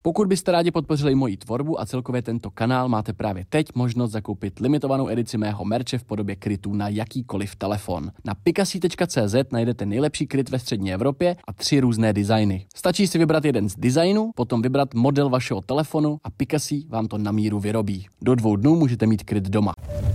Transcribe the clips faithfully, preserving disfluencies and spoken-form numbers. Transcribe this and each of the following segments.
Pokud byste rádi podpořili moji tvorbu a celkově tento kanál, máte právě teď možnost zakoupit limitovanou edici mého merče v podobě krytů na jakýkoliv telefon. Na picassi tečka cé zet najdete nejlepší kryt ve střední Evropě a tři různé designy. Stačí si vybrat jeden z designů, potom vybrat model vašeho telefonu a Picassi vám to na míru vyrobí. Do dvou dnů můžete mít kryt doma.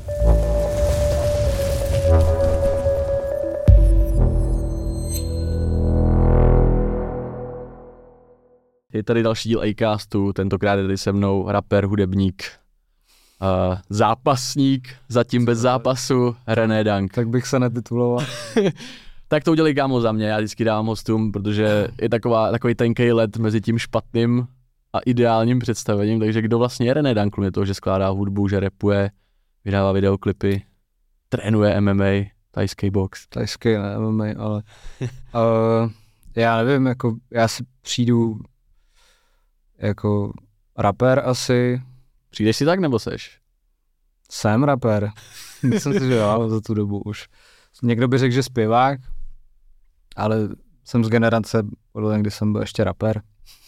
Je tady další díl Acastu, tentokrát je tady se mnou rapper, hudebník, uh, zápasník, zatím bez zápasu, René Dank. Tak bych se netituloval. Tak to udělej kámo za mě, já vždycky dávám hostům, protože je taková, takový tenkej led mezi tím špatným a ideálním představením, takže kdo vlastně je René Dank, kromě toho, že skládá hudbu, že rapuje, vydává videoklipy, trénuje M M A, tajský box. Tajský, ne M M A, ale uh, já nevím, jako já si přijdu jako rapper asi. Přijdeš si tak, nebo seš? Jsem rapper. Myslím si, že jo, za tu dobu už. Někdo by řekl, že zpěvák, ale jsem z generace, podle kdy jsem byl ještě rapper.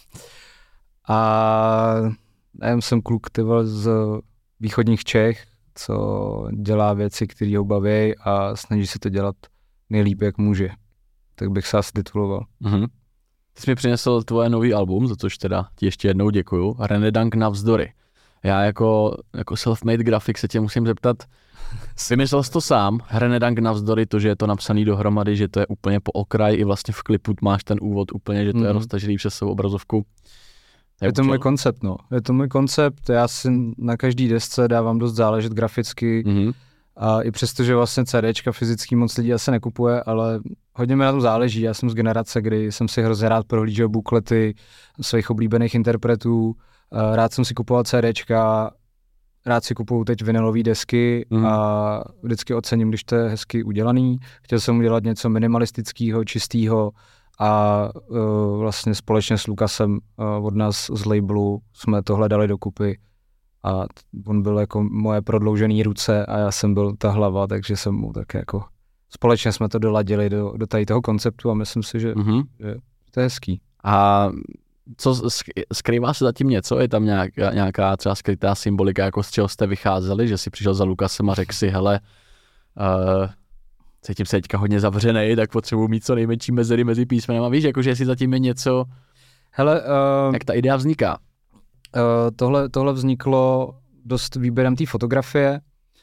A nevím, jsem kluk tyval z východních Čech, co dělá věci, které ho baví a snaží se to dělat nejlíp, jak může. Tak bych se asi tituloval. Mhm. Ty jsi mi přinesl tvoje nový album, za což teda ti ještě jednou děkuju. René Dank navzdory. Já jako, jako self-made grafik se tě musím zeptat, vymyslel jsi to sám, René Dank navzdory, to, že je to napsaný dohromady, že to je úplně po okraj, i vlastně v klipu máš ten úvod úplně, že to mm. je roztažený přes svou obrazovku. Je, je to můj koncept, no. Je to můj koncept, já si na každý desce dávám dost záležet graficky, mm-hmm. A i přesto, že vlastně CDčka fyzicky moc lidí asi nekupuje, ale hodně mi na tom záleží. Já jsem z generace, kdy jsem si hrozně rád prohlížel buklety svých oblíbených interpretů, rád jsem si kupoval CDčka, rád si kupuju teď vinylové desky mm. a vždycky ocením, když to je hezky udělaný. Chtěl jsem udělat něco minimalistického, čistého a uh, vlastně společně s Lukasem uh, od nás z labelu jsme tohle dali dokupy. A on byl jako moje prodloužené ruce a já jsem byl ta hlava, takže jsem mu tak jako společně jsme to doladili do, do tady toho konceptu a myslím si, že, mm-hmm. že to je hezký. A co skrývá se zatím něco? Je tam nějaká, nějaká třeba skrytá symbolika, jako z čeho jste vycházeli, že jsi přišel za Lukasem a řekl si, hele, uh, cítím se teďka hodně zavřenej, tak potřebuji mít co nejmenší mezery mezi písmenama. Víš, jakože jestli zatím je něco, hele, uh, jak ta idea vzniká? Uh, tohle, tohle vzniklo dost výběrem té fotografie,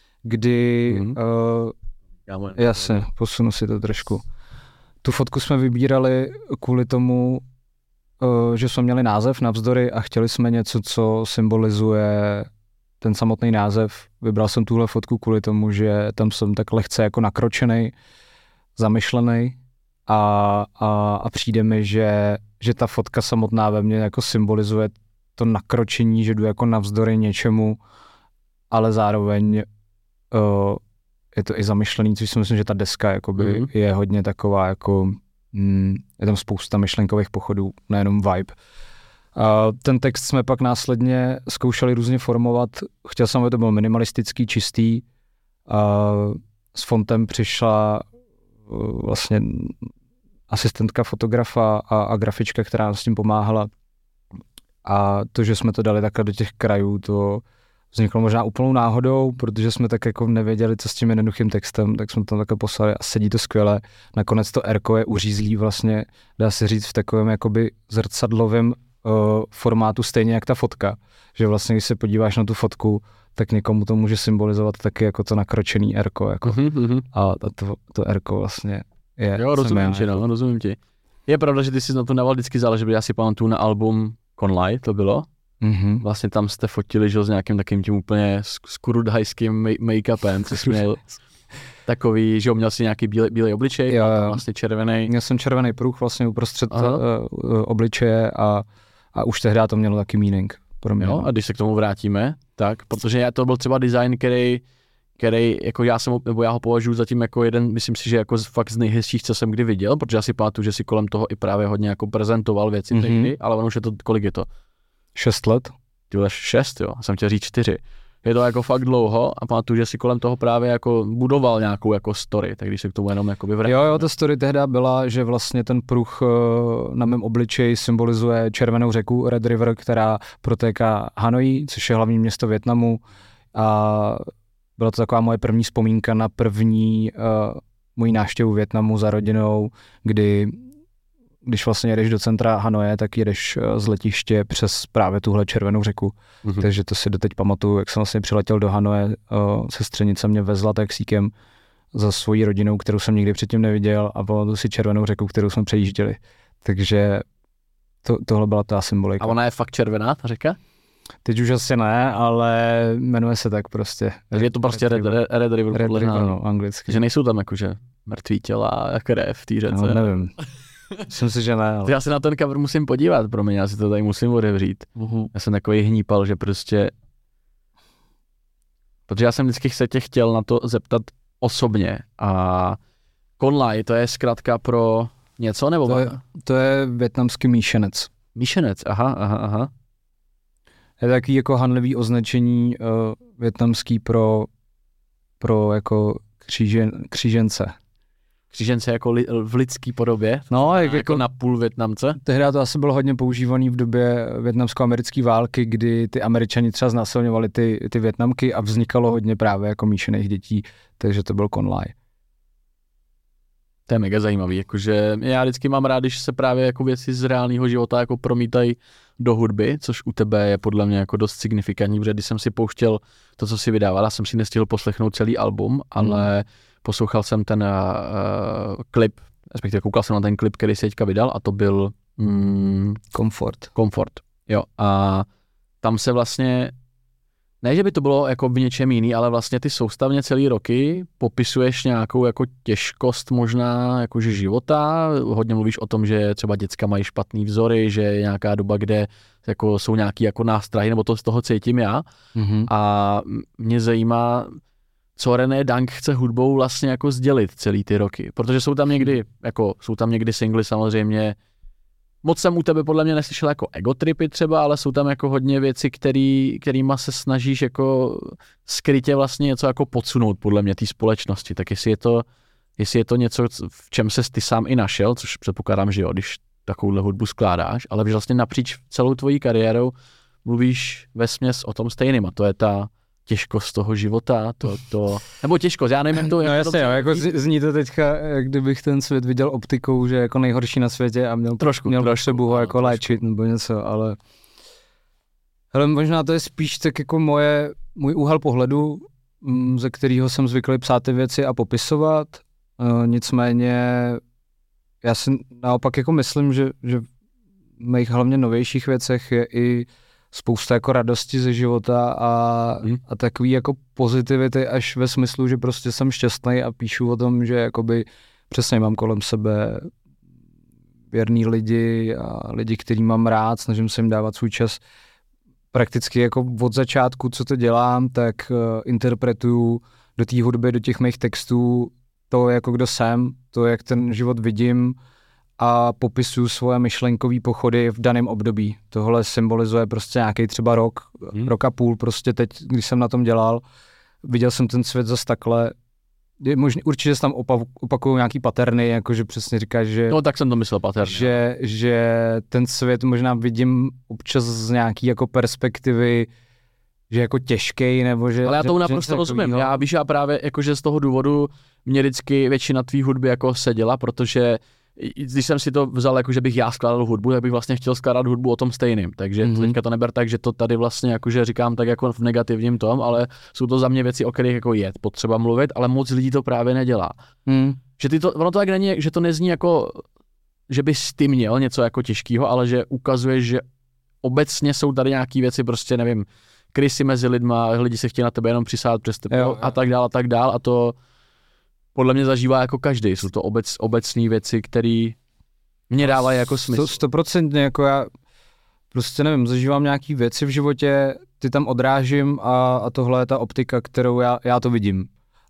kdy, mm-hmm. uh, jasně, posunu si to trošku. Tu fotku jsme vybírali kvůli tomu, uh, že jsme měli název Navzdory a chtěli jsme něco, co symbolizuje ten samotný název. Vybral jsem tuhle fotku kvůli tomu, že tam jsem tak lehce jako nakročený, zamyšlený a, a, a přijde mi, že, že ta fotka samotná ve mně jako symbolizuje to nakročení, že jdu jako navzdory něčemu, ale zároveň uh, je to i zamyšlený, což si myslím, že ta deska jakoby mm-hmm. je hodně taková jako, mm, je tam spousta myšlenkových pochodů, nejenom vibe. Uh, ten text jsme pak následně zkoušeli různě formovat, chtěl jsem, aby to bylo minimalistický, čistý, uh, s fontem přišla uh, vlastně asistentka fotografa a, a grafička, která nám s tím pomáhala. A to, že jsme to dali takhle do těch krajů, to vzniklo možná úplnou náhodou, protože jsme tak jako nevěděli, co s tím jednoduchým textem, tak jsme to tam takhle poslali a sedí to skvěle. Nakonec to erko je uřízlý vlastně, dá se říct, v takovém jakoby zrcadlovém uh, formátu, stejně jak ta fotka. Že vlastně, když se podíváš na tu fotku, tak někomu to může symbolizovat taky jako to nakročený erko. Jako. Mm-hmm. A to, to erko vlastně je... Jo, rozumím ti, no, rozumím ti. Je pravda, že ty jsi na to dával vždycky záleží, já si pamatuju na album Conlay, to bylo. Mm-hmm. Vlastně tam jste fotili, že s nějakým takým tím úplně skurudhajským make-upem, co jsi měl takový, že měl si nějaký bílej, bílej obličej, jo, a vlastně červený. Měl jsem červený pruh vlastně uprostřed uh, obličeje a, a už tehdy to mělo taky meaning pro mě. Jo, a když se k tomu vrátíme, tak, protože já to byl třeba design, který, který jako já jsem, nebo já ho považuji zatím jako jeden, myslím si, že jako fakt z nejhezčích, co jsem kdy viděl, protože já si pamatuju, že si kolem toho i právě hodně jako prezentoval věci mm-hmm. tehdy, ale ono už je to, kolik je to? Šest let. Ty budeš šest, jo, jsem chtěl říct čtyři. je to jako fakt dlouho a pamatuju, že si kolem toho právě jako budoval nějakou jako story, tak když se k tomu jenom jako vyvrátíme. Jo, jo, ta story tehda byla, že vlastně ten pruh na mém obličeji symbolizuje červenou řeku Red River, která protéká Hanoi, což je hlavní město Vietnamu, a byla to taková moje první vzpomínka na první uh, moji návštěvu Vietnamu za rodinou, kdy když vlastně jedeš do centra Hanoje, tak jedeš z letiště přes právě tuhle červenou řeku. Mm-hmm. Takže to si doteď pamatuju, jak jsem vlastně přiletěl do Hanoje, uh, sestřenice mě vezla taxíkem za svojí rodinou, kterou jsem nikdy předtím neviděl, a pamatuju si červenou řeku, kterou jsme přejížděli. Takže to, tohle byla ta symbolika. A ona je fakt červená, ta řeka? Teď už asi ne, ale jmenuje se tak prostě. Takže je to prostě Red, Red, Red River, Red podle River, no, anglicky. Že nejsou tam jakože mrtví těla a krev v té řece. No, nevím. Myslím si, že ne. Ale... Já se na ten cover musím podívat, promiň, já si to tady musím odevřít. Uh-huh. Já jsem takový hnípal, že prostě... Protože já jsem vždycky se tě chtěl na to zeptat osobně. A Con-Lai, to je zkrátka pro něco, nebo? To je, to je vietnamský míšenec. Míšenec, aha, aha, aha. Je takový jako hanlivý označení uh, vietnamský pro, pro jako křížen, křížence. Křížence jako li, v lidský podobě? No, jak jako, jako na půl Vietnamce? Tehdy to asi bylo hodně používaný v době vietnamsko-americké války, kdy ty Američani třeba znásilňovali ty, ty Vietnamky a vznikalo hodně právě jako míšených dětí, takže to byl Con-Lai. To je mega zajímavý, jakože já vždycky mám rád, když se právě jako věci z reálného života jako promítají do hudby, což u tebe je podle mě jako dost signifikantní, protože když jsem si pouštěl to, co si vydával, jsem si nestihl poslechnout celý album, ale hmm. poslouchal jsem ten uh, klip, respektive koukal jsem na ten klip, který si teďka vydal, a to byl mm, Comfort. Comfort, jo, a tam se vlastně ne, že by to bylo jako v něčem jiný, ale vlastně ty soustavně celý roky popisuješ nějakou jako těžkost možná jakože života, hodně mluvíš o tom, že třeba děcka mají špatný vzory, že je nějaká doba, kde jako jsou nějaký jako nástrahy, nebo to z toho cítím já. Mm-hmm. A mě zajímá, co René Dang chce hudbou vlastně jako sdělit celý ty roky, protože jsou tam někdy, jako jsou tam někdy singly samozřejmě. Moc jsem u tebe podle mě neslyšel jako egotripy třeba, ale jsou tam jako hodně věci, který, kterýma se snažíš jako skrytě vlastně něco jako podsunout podle mě té společnosti. Tak jestli je to, jestli je to něco, v čem ses ty sám i našel, což předpokládám, že jo, když takovouhle hudbu skládáš, ale vlastně napříč celou tvojí kariérou mluvíš vesměs o tom stejným, a to je ta těžkost toho života, to, to, nebo těžkost, já nevím, jak to... No jak jasně, to jo, jako zní to teďka, jak kdybych ten svět viděl optikou, že jako nejhorší na světě a měl, trošku, měl trošku, potřebu ho jako trošku. léčit nebo něco, ale... Hele, možná to je spíš tak jako moje, můj úhel pohledu, ze kterého jsem zvyklý psát ty věci a popisovat, uh, nicméně já si naopak jako myslím, že, že v mých hlavně novějších věcech je i spousta jako radosti ze života a, hmm. a takový jako pozitivity až ve smyslu, že prostě jsem šťastný a píšu o tom, že jakoby přesně mám kolem sebe věrný lidi a lidi, který mám rád, snažím se jim dávat svůj čas. Prakticky jako od začátku, co to dělám, tak uh, interpretuju do té hudby, do těch mých textů to, jako kdo jsem, to, jak ten život vidím, a popisuju svoje myšlenkové pochody v daném období. Tohle symbolizuje prostě nějaký třeba rok, hmm. rok a půl, prostě teď, když jsem na tom dělal, viděl jsem ten svět zase takhle. Je možný, určitě se tam opa- opakují nějaký paterny, jakože přesně říkáš, že... No tak jsem to myslel paterny. Že, že ten svět možná vidím občas z nějaký jako perspektivy, že jako těžkej, nebo že... Ale já tomu že, naprosto že rozumím. Já víš, já právě jakože z toho důvodu mě vždycky většina tvý hudby jako seděla, protože když jsem si to vzal, jako že bych já skládal hudbu, tak bych vlastně chtěl skládat hudbu o tom stejným. Takže mm-hmm. teďka to neber tak, že to tady vlastně jakože říkám tak jako v negativním tom, ale jsou to za mě věci, o kterých jako je potřeba mluvit, ale moc lidí to právě nedělá. Mm. Že ty to, ono to tak není, že to nezní jako, že bys ty měl něco jako těžkého, ale že ukazuješ, že obecně jsou tady nějaký věci, prostě nevím, krysy mezi lidma, lidi se chtějí na tebe jenom přisát přes tebe a tak dál a tak dál, a to podle mě zažívá jako každý. Jsou to obec, obecné věci, které mě dávají jako smysl. Stoprocentně, jako já prostě nevím, zažívám nějaký věci v životě, ty tam odrážím a, a tohle je ta optika, kterou já, já to vidím.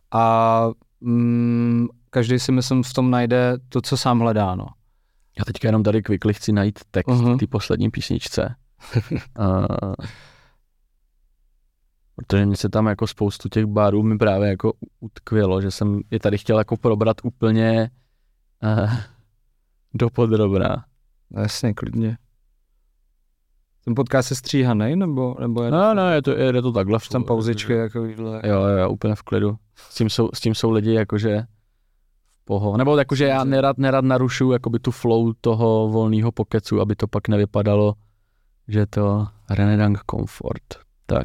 A mm, každý si myslím v tom najde to, co sám hledá, no. Já teďka jenom tady quickly chci najít text uh-huh. té poslední písničce. uh, Protože mi se tam jako spoustu těch barů mi právě jako utkvělo, že jsem je tady chtěl jako probrat úplně uh, dopodrobná. Jasně, klidně. Ten podcast je stříhanej, nebo, nebo je... No, no, je to, je, je to takhle. Tam pauzičky takovýhle. Jo, jo, úplně v klidu. S tím jsou, s tím jsou lidi jakože poho. Nebo jakože já nerad, nerad narušu jakoby tu flow toho volného pokecu, aby to pak nevypadalo, že to Renedang Comfort. Tak.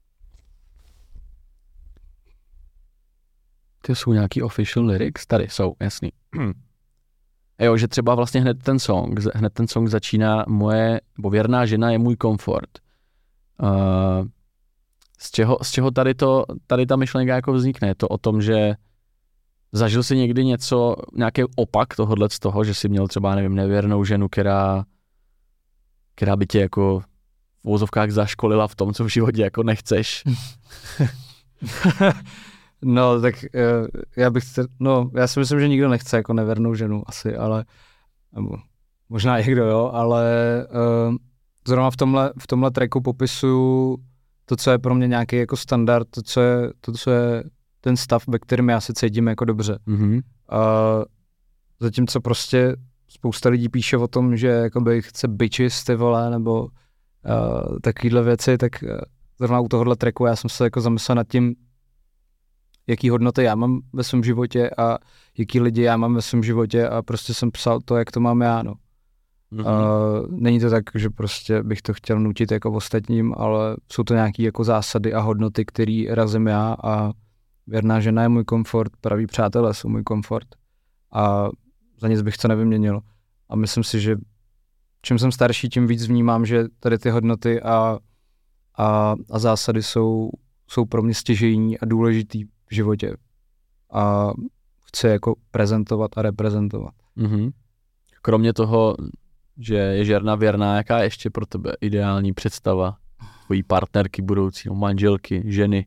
Ty jsou nějaký official lyrics? Tady jsou, jasný. Jo, že třeba vlastně hned ten song, hned ten song začíná moje, nebo věrná žena je můj komfort. Uh, z čeho, z čeho tady, to, tady ta myšlenka jako vznikne? Je to o tom, že zažil jsi někdy něco, nějaký opak tohohle z toho, že jsi měl třeba, nevím, nevěrnou ženu, která, která by tě jako v uvozovkách zaškolila v tom, co v životě jako nechceš? No, tak uh, já bych, no, já si myslím, že nikdo nechce jako nevěrnou ženu asi, ale, nebo možná někdo, jo, ale uh, zrovna v tomhle, v tomhle tracku popisuju to, co je pro mě nějaký jako standard, to, co je, to, co je ten stav, ve kterém já se cítím jako dobře. Mm-hmm. Uh, zatímco prostě spousta lidí píše o tom, že jakoby chce bitches, ty vole, nebo uh, takovýhle věci, tak uh, zrovna u tohohle tracku já jsem se jako zamyslel nad tím, jaký hodnoty já mám ve svém životě a jaký lidi já mám ve svém životě a prostě jsem psal to, jak to mám já, no. Mm-hmm. Uh, není to tak, že prostě bych to chtěl nutit jako ostatním, ale jsou to nějaké jako zásady a hodnoty, které razím já a věrná žena je můj komfort, praví přátelé jsou můj komfort a za nic bych to nevyměnil. A myslím si, že čím jsem starší, tím víc vnímám, že tady ty hodnoty a, a, a zásady jsou, jsou pro mě stěžejní a důležitý v životě. A chci jako prezentovat a reprezentovat. Mm-hmm. Kromě toho, že je žena věrná, jaká je ještě pro tebe ideální představa tvojí partnerky budoucí, manželky, ženy?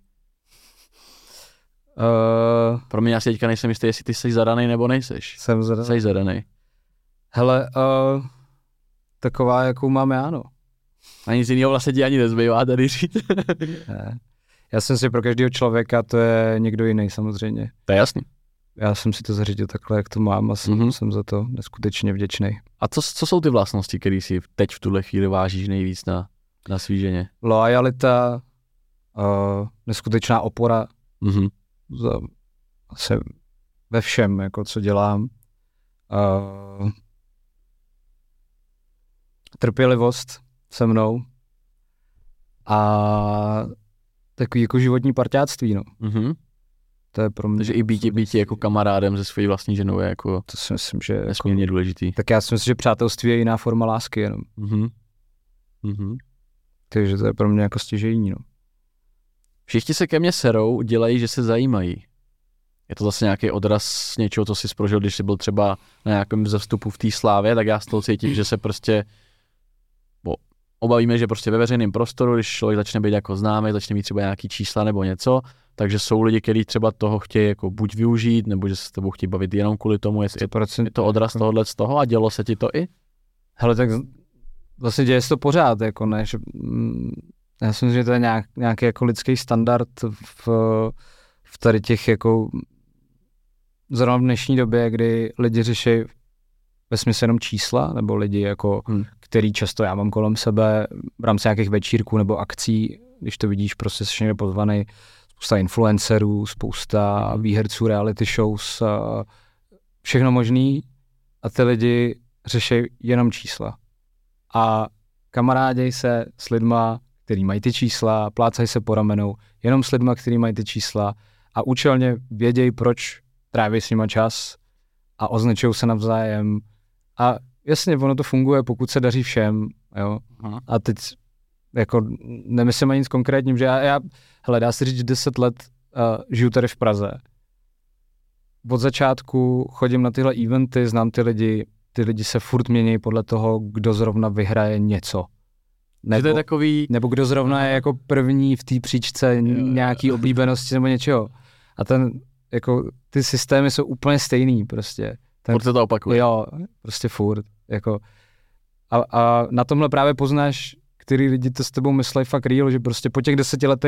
Uh, pro mě asi teďka nejsem jistý, jestli ty jsi zadanej nebo nejseš. Jsem zadanej. Jsi zadanej. Hele, uh, taková, jakou mám já, no. A nic jiného vlastně ti ani nezbývá tady říct. Ne. Já jsem si pro každého člověka, to je někdo jiný samozřejmě. To je jasný. Já jsem si to zařídil takhle, jak to mám a jsem, mm-hmm. jsem za to neskutečně vděčný. A co, co jsou ty vlastnosti, které si teď v tuhle chvíli vážíš nejvíc na, na svý ženě? Loajalita, uh, neskutečná opora, mm-hmm. za, asi ve všem, jako co dělám. Uh, trpělivost se mnou a takový jako životní parťáctví, no. Mm-hmm. To je pro mě. Takže i být, být jako kamarádem se svojí vlastní ženou je jako, to si myslím, že nesmírně jako, důležitý. Tak já si myslím, že přátelství je jiná forma lásky jenom. Mm-hmm. Mm-hmm. Takže to je pro mě jako stěžejní, no. Všichni se ke mně serou, dělají, že se zajímají. Je to zase nějaký odraz něčeho, co jsi prožil, když jsi byl třeba na nějakém vzestupu v té slávě, tak já z toho cítím, že se prostě bo, obavíme, že prostě ve veřejném prostoru, když člověk začne být jako známý, začne mít třeba nějaký čísla nebo něco, takže jsou lidi, kteří třeba toho chtějí jako buď využít, nebo že se s tebou chtějí bavit jenom kvůli tomu, jestli je, je to odraz tohohle z toho a dělo se ti to i? Hele, tak vlastně děje se to pořád, jako ne, že, mm, já si myslím, že to je nějak, nějaký jako lidský standard v, v tady těch jako zrovna v dnešní době, kdy lidi řeší vesměs jenom čísla, nebo lidi jako, hmm. který často já mám kolem sebe v rámci nějakých večírků nebo akcí, když to vidíš, prostě jsi někde pozvaný, spousta influencerů, spousta výherců reality shows, všechno možný a ty lidi řeší jenom čísla. A kamaráděj se s lidma, který mají ty čísla, plácají se po ramenou, jenom s lidma, který mají ty čísla a účelně vědějí, proč tráví s nima čas a označují se navzájem. A jasně, ono to funguje, pokud se daří všem, jo. Aha. A teď jako nemyslím ani nic konkrétním, že já, já hele, dá se říct, že deset let uh, žiju tady v Praze. Od začátku chodím na tyhle eventy, znám ty lidi, ty lidi se furt mění podle toho, kdo zrovna vyhraje něco. Nebo, to je takový... nebo kdo zrovna je jako první v té příčce jo, nějaký jo. oblíbenosti nebo něčeho. A ten, jako, ty systémy jsou úplně stejný prostě. Ten, furt se to opakuje. Jo, prostě furt. Jako. A, a na tomhle právě poznáš, který lidi to s tebou myslí fakt real, že prostě po těch deseti letech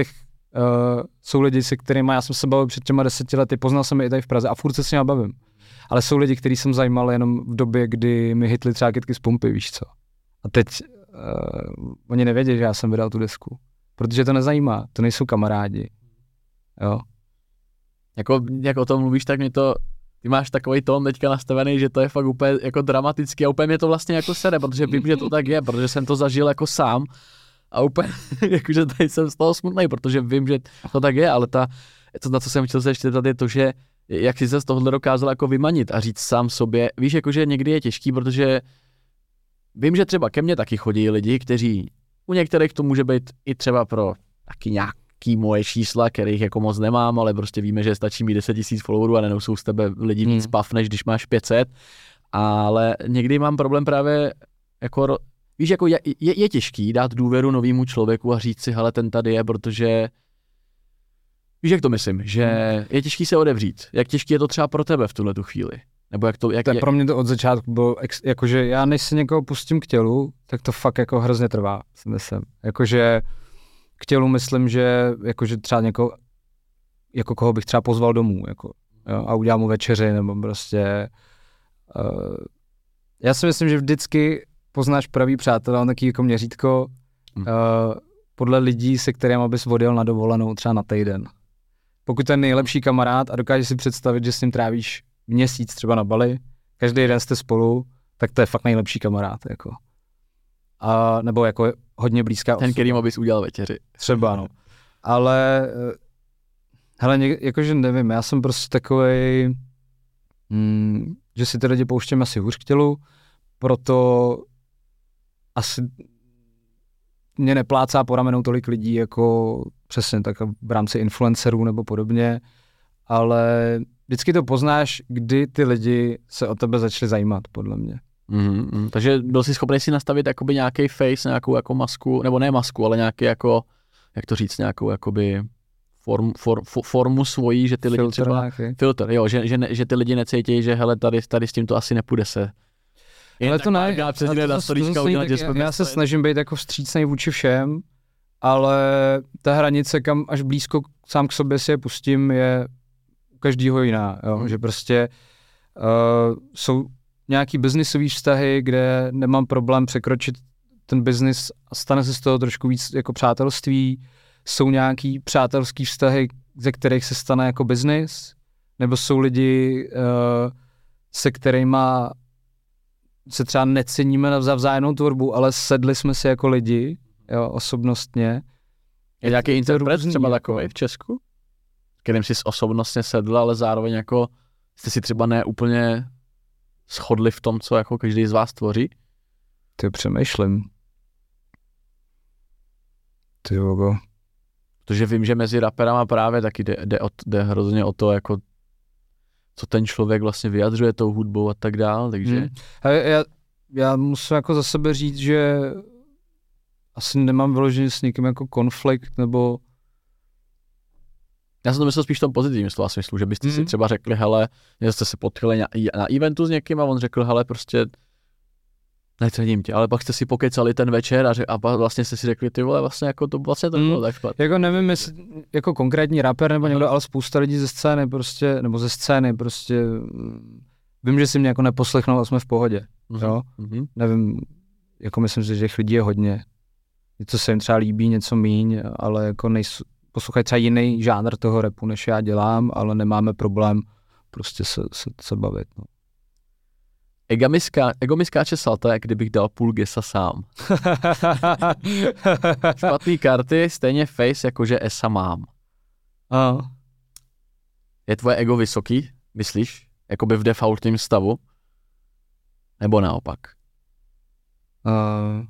uh, jsou lidi, se kterými já jsem se bavil před těma deseti lety, poznal jsem je i tady v Praze a furt se s nimi bavím. Ale jsou lidi, kteří jsem zajímal jenom v době, kdy mi hitly třeba kytky z pumpy, víš co. A teď uh, oni nevědí, že já jsem vydal tu desku. Protože to nezajímá, to nejsou kamarádi. Jo. Jako, jak o tom mluvíš, tak mě to, ty máš takový tón teďka nastavený, že to je fakt úplně jako dramatický a úplně mě to vlastně jako sere, protože vím, že to tak je, protože jsem to zažil jako sám a úplně, jakože tady jsem z toho smutnej, protože vím, že to tak je, ale ta, to, na co jsem chtěl se ještě tady je to, že jak jsi se z tohohle dokázal jako vymanit a říct sám sobě, víš, jakože někdy je těžký, protože vím, že třeba ke mně taky chodí lidi, kteří, u některých to může být i třeba pro taky nějaký moje čísla, kterých jako moc nemám, ale prostě víme, že stačí mít deset tisíc followerů a nenosou z tebe lidi víc hmm. pav, než když máš pět set, ale někdy mám problém právě jako, víš, jako je, je, je těžký dát důvěru novému člověku a říct si, hele, ten tady je, protože víš, jak to myslím, že je těžký se odevřít. Jak těžký je to třeba pro tebe v tuhle tu chvíli? Nebo jak to, jak, tak jak... pro mě to od začátku bylo, ex, jakože já než se někoho pustím k tělu, tak to fakt jako hrozně trvá, si myslím. Jakože k tělu myslím, že jakože třeba někoho, jako koho bych třeba pozval domů, jako, jo, a udělám mu večeři, nebo prostě... Uh, já si myslím, že vždycky poznáš pravý přátelé, on taky jako měřítko, hmm. uh, podle lidí, se kterými bys odjel na dovolenou třeba na týden. Pokud ten nejlepší kamarád a dokážeš si představit, že s ním trávíš měsíc třeba na Bali, každý den jste spolu, tak to je fakt nejlepší kamarád, jako. A, nebo jako hodně blízká osoba. Ten, kterým bys udělal večeři. Třeba, no. Ale, hele, něk, jakože nevím, já jsem prostě takovej, mm, že si ty lidi pouštím asi hůř k tělu, proto asi mě neplácá po ramenou tolik lidí, jako přesně tak v rámci influencerů nebo podobně, ale vždycky to poznáš, kdy ty lidi se o tebe začali zajímat, podle mě. Mm-hmm. Takže byl jsi schopný si nastavit jakoby nějaký face, nějakou jako masku, nebo ne masku, ale nějaký jako, jak to říct, nějakou jakoby form, for, for, formu svojí, že ty lidi filtr třeba... Nějaký. Filtr, jo, že, že, ne, že ty lidi necítí, že hele, tady, tady s tím to asi nepůjde se. Jen ale to ne, já, to, to, to udělat, tak, já, já se snažím být jako vstřícnej vůči všem, ale ta hranice, kam až blízko sám k sobě si je pustím, je u každýho jiná, jo? Hmm. Že prostě uh, jsou nějaký biznisový vztahy, kde nemám problém překročit ten biznis a stane se z toho trošku víc jako přátelství. Jsou nějaký přátelský vztahy, ze kterých se stane jako biznis, nebo jsou lidi, uh, se kterýma se třeba neceníme za vzájemnou tvorbu, ale sedli jsme si jako lidi, jo, osobnostně. Je nějaký interpret třeba takovej v Česku? Kterým jsi osobnostně sedl, ale zároveň jako jste si třeba ne úplně shodli v tom, co jako každý z vás tvoří? Ty přemýšlím. Ty jogo. Protože vím, že mezi raperama právě taky jde, jde, o, jde hrozně o to, jako co ten člověk vlastně vyjadřuje tou hudbou a tak dál, takže... Hmm. A já, já musím jako za sebe říct, že asi nemám vyloženě s někým jako konflikt, nebo... Já jsem to myslel spíš v tom pozitivním slova smyslu, že byste hmm. si třeba řekli, hele, že jste se potkali na, na eventu s někým a on řekl, hele, prostě necením tě, ale pak jste si pokecali ten večer a, řek, a vlastně jste si řekli, ty vole, vlastně jako to vlastně to hmm. bylo tak špatně. Jako nevím, jestli jako konkrétní rapper nebo někdo, ale spousta lidí ze scény prostě, nebo ze scény prostě, vím, že si mě jako neposlechnou a jsme v pohodě, mm-hmm. jo, mm-hmm. nevím, jako myslím si, že těch lidí je hodně, něco se jim třeba líbí, něco míň, ale jako nejsou, poslouchají třeba jiný žánr toho rapu, než já dělám, ale nemáme problém prostě se, se, se bavit, no. Ego mi, ská, ego mi skáče salta, jak kdybych dal půl gesa sám. Špatný karty, stejně face, jakože esa mám. A. Je tvoje ego vysoký, myslíš? Jakoby v defaultním stavu? Nebo naopak? Uh.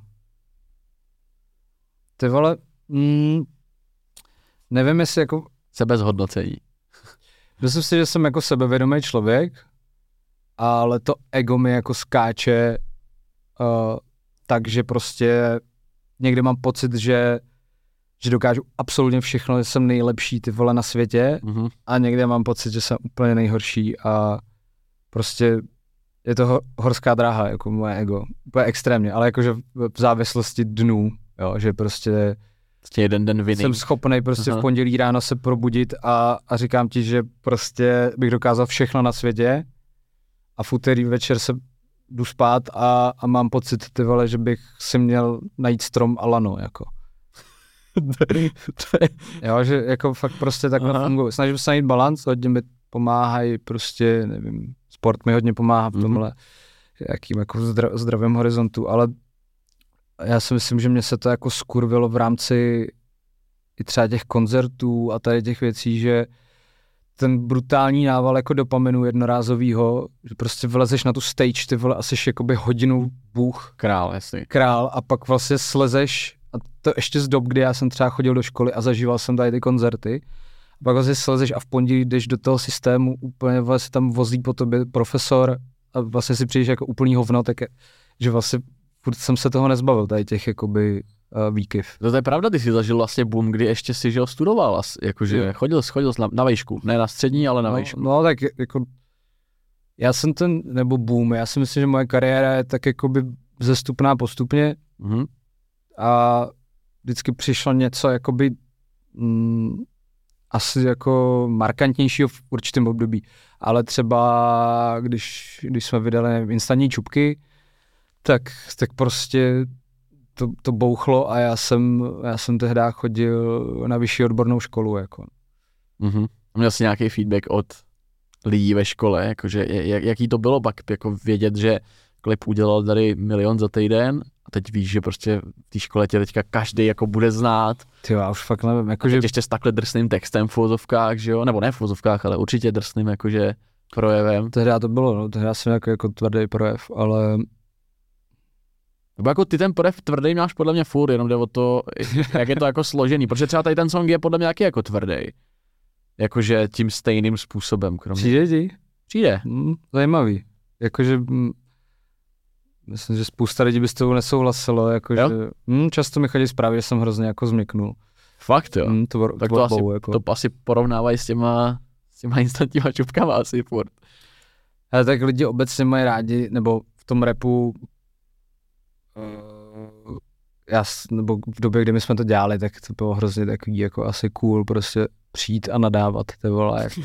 Ty vole, mm, nevím, jestli jako... Sebezhodnocení. Myslím si, že jsem jako sebevědomý člověk, ale to ego mi jako skáče, uh, takže prostě někdy mám pocit, že, že dokážu absolutně všechno, že jsem nejlepší ty vole na světě, mm-hmm. a někdy mám pocit, že jsem úplně nejhorší a prostě je to ho, horská dráha, jako moje ego, úplně extrémně, ale jakože v závislosti dnů, jo, že prostě... jeden den vinný. Jsem schopnej prostě Aha. v pondělí ráno se probudit a, a říkám ti, že prostě bych dokázal všechno na světě a v úterý večer se jdu spát a, a mám pocit, ty vole, že bych si měl najít strom a lano, jako. Jo, že jako fakt prostě takhle funguji. Snažím se najít balans, hodně mi pomáhají prostě, nevím, sport mi hodně pomáhá v tomhle mm-hmm. jakým jako zdra, zdravém horizontu, ale já si myslím, že mě se to jako skurvilo v rámci i třeba těch koncertů a tady těch věcí, že ten brutální nával jako dopaminu jednorázovýho, že prostě vylezeš na tu stage, ty vole, asi jakoby hodinu bůh. Král, jasný. Král a pak vlastně slezeš, a to ještě z dob, kdy já jsem třeba chodil do školy a zažíval jsem tady ty koncerty, a pak vlastně slezeš a v pondělí jdeš do toho systému, úplně vlastně tam vozí po tobě profesor a vlastně si přijdeš jako úplný hovno, tak je, že vlastně furt jsem se toho nezbavil, tady těch jakoby uh, výkyv. To je pravda, ty jsi zažil vlastně boom, kdy ještě si že ho studoval, jakože chodil, chodil na, na vejšku, ne na střední, ale na no, vejšku. No tak jako, já jsem ten, nebo boom, já si myslím, že moje kariéra je tak jakoby vzestupná postupně mm-hmm. a vždycky přišlo něco jakoby mm, asi jako markantnějšího v určitém období, ale třeba když, když jsme vydali instantní čupky, tak, tak prostě to, to bouchlo a já jsem, já jsem tehdy chodil na vyšší odbornou školu. Jako. Mm-hmm. Měl jsi nějaký feedback od lidí ve škole, jakože jak, jaký to bylo pak jako vědět, že klip udělal tady milion za týden a teď víš, že prostě v té škole tě teďka každý jako bude znát. Ty já už fakt nevím. Jako, že... ještě s takhle drsným textem v vozovkách, že jo? Nebo ne v vozovkách, ale určitě drsným jakože projevem. Tehdy to bylo, no, tehdy jsem jako, jako tvrdý projev, ale... Nebo jako ty ten projev tvrdý máš podle mě furt, jenom jde o to, jak je to jako složený, protože třeba tady ten song je podle mě taky jako tvrdý. Jakože tím stejným způsobem. Kromě... Přijde ti? Přijde. Mm, zajímavý. Jakože... Mm, myslím, že spousta lidí by s tou nesouhlasilo, jakože... Mm, často mi chodí zprávy, že jsem hrozně jako změknul. Fakt jo? Mm, to, tak to, to, asi, jako. to asi porovnávají s těma, s těma instantníma čupkama asi furt. Ale tak lidi obecně mají rádi, nebo v tom rapu... Já, nebo v době, kdy my jsme to dělali, tak to bylo hrozně takový jako asi cool prostě přijít a nadávat, ty vole. Jako.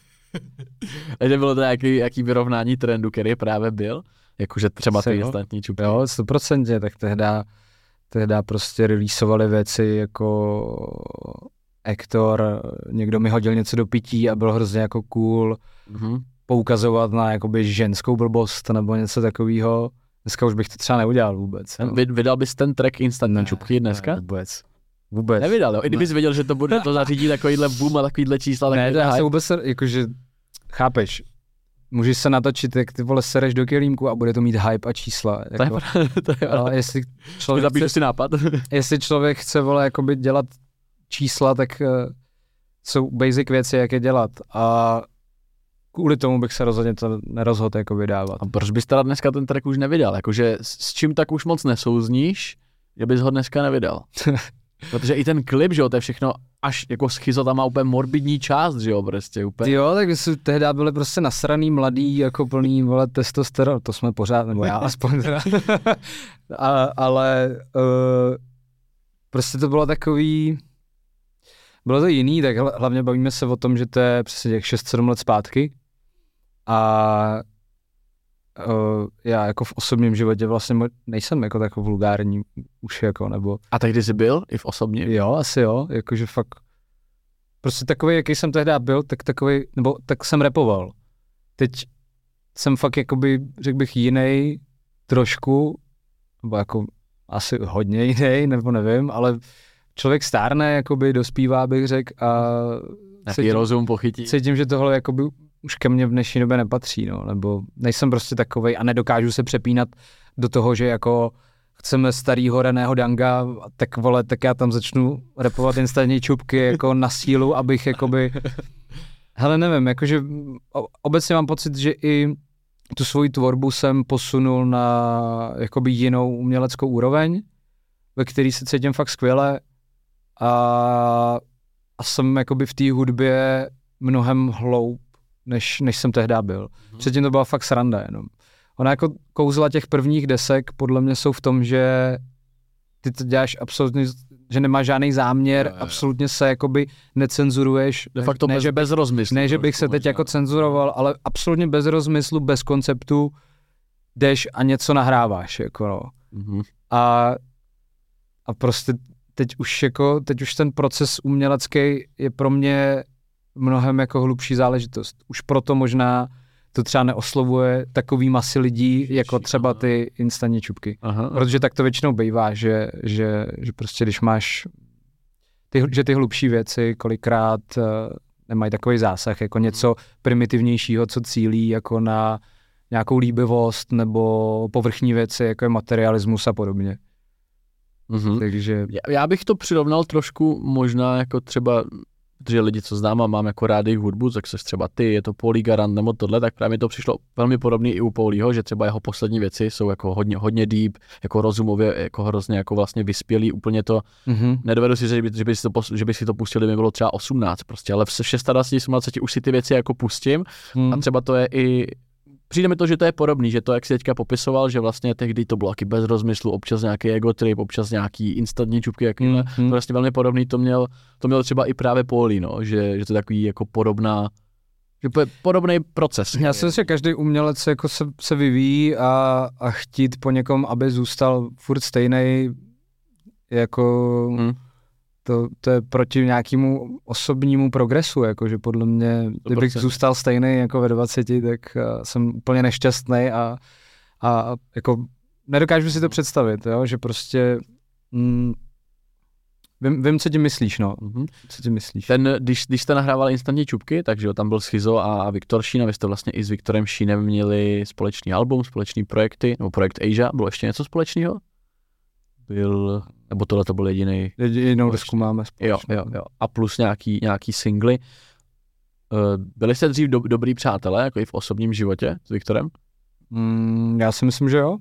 Takže bylo to nějaký, jaký vyrovnání trendu, který právě byl? Jakože třeba ty instantní čupky. Jo, sto procent, tak tehda, tehda prostě releaseovali věci jako Hector, někdo mi hodil něco do pití a bylo hrozně jako cool mm-hmm. poukazovat na jakoby ženskou blbost nebo něco takového. Dneska už bych to třeba neudělal vůbec. No. Vy, vydal bys ten track instantní ne, čupky dneska? Ne, vůbec. Vůbec. Nevydal, jo? I kdybys ne. věděl, že to bude to zařídí takovýhle boom a takovýhle čísla. Ne, to já se vůbec, jakože, chápeš, můžeš se natočit, jak ty vole sereš do kelímku a bude to mít hype a čísla. Jako, to je pravda, to je pravda. Ale jestli člověk zapíšu si nápad. Jestli člověk chce, vole, jakoby dělat čísla, tak uh, jsou basic věci, jak je dělat a kvůli tomu bych se rozhodně to nerozhodl jako vydávat. A proč bys teda dneska ten track už nevydal? Jakože s čím tak už moc nesouzníš, že bys ho dneska nevydal? Protože i ten klip, že jo, to je všechno až jako schizo, tam má úplně morbidní část, že jo, prostě úplně. Jo, tak jsme tehdy byli prostě nasraný, mladý, jako plný, vole, testosteron, to jsme pořád, nebo já aspoň teda. A, ale uh, prostě to bylo takový, bylo to jiný, tak hlavně bavíme se o tom, že to je přesně těch šest sedm let zpátky a uh, já jako v osobním životě vlastně nejsem jako tak vulgární už jako, nebo... A tehdy jsi byl i v osobním? Jo, asi jo, jakože fakt, prostě takový, jaký jsem tehdy byl, tak takový, nebo tak jsem rapoval. Teď jsem fakt jakoby, řekl bych, jinej trošku, nebo jako asi hodně jinej, nebo nevím, ale člověk stárne, jakoby dospívá, bych řekl, a cítím, rozum pochytí. Cítím, že tohle jakoby už ke mně v dnešní době nepatří, no, nebo nejsem prostě takovej a nedokážu se přepínat do toho, že jako chceme starýho Reného Danga, tak vole, tak já tam začnu rapovat instantní čupky jako na sílu, abych jakoby, hele nevím, jakože obecně mám pocit, že i tu svoji tvorbu jsem posunul na jakoby jinou uměleckou úroveň, ve který se cítím fakt skvěle a, a jsem jakoby v té hudbě mnohem hloub, než, než jsem tehdy byl. Mm-hmm. Předtím to byla fakt sranda jenom. Ona jako kouzla těch prvních desek podle mě jsou v tom, že ty to děláš absolutně že nemá žádný záměr, jo, jo. absolutně se jakoby necenzuruješ. De facto ne, bez, že, bez rozmyslu. Ne, že bych se teď jako cenzuroval, ale absolutně bez rozmyslu, bez konceptu jdeš a něco nahráváš, jako no. Mm-hmm. A, a prostě teď už jako, teď už ten proces umělecký je pro mě mnohem jako hlubší záležitost. Už proto možná to třeba neoslovuje takový masy lidí, jako třeba ty instantní čupky. Aha, aha. Protože tak to většinou bývá, že, že, že prostě když máš, ty, že ty hlubší věci kolikrát uh, nemají takový zásah, jako něco primitivnějšího, co cílí jako na nějakou líbivost nebo povrchní věci, jako je materialismus a podobně. Mhm. Takže... Já, já bych to přirovnal trošku možná jako třeba, protože lidi, co znám a mám jako rád jejich hudbu, tak seš třeba ty, je to Paulí Garant nebo tohle, tak právě mi to přišlo velmi podobný i u Paulího, že třeba jeho poslední věci jsou jako hodně, hodně deep, jako rozumově, jako hrozně jako vlastně vyspělý, úplně to, mm-hmm. nedovedu si říct, že by, že by si to, že by si to pustili, by bylo třeba osmnáct prostě, ale v dvaceti šesti sedmnácti už si ty věci jako pustím mm. a třeba to je i, přijde mi to, že to je podobný, že to, jak si teďka popisoval, že vlastně tehdy to bylo taky bez rozmyslu, občas nějaký ego trip, občas nějaký instantní čupky, jakýhle, mm-hmm. to vlastně velmi podobný, to měl, to měl třeba i právě Paulí, no, že, že to je takový jako podobná, že to je podobný proces. Já si myslím, že každý umělec jako se, se vyvíjí a, a chtít po někom, aby zůstal furt stejnej, jako... Mm. To, to je proti nějakému osobnímu progresu, jakože podle mě, kdybych zůstal stejný jako ve dvaceti, tak uh, jsem úplně nešťastný a, a jako nedokážu si to představit, jo? Že prostě mm, vím, vím, co ti myslíš, no. Mm-hmm. Co ti myslíš? Ten, když, když jste nahrával instantní čupky, takže jo, tam byl Schizo a Viktor Šín a vy jste vlastně i s Viktorem Šínem měli společný album, společný projekty, nebo projekt Asia, bylo ještě něco společného? Byl... Nebo tohle to byl jediný. Jedinou desku máme společně. Jo, jo, jo. A plus nějaký, nějaký singly. Byli jste dřív do, dobrý přátelé, jako i v osobním životě s Viktorem? Mm, já si myslím, že jo.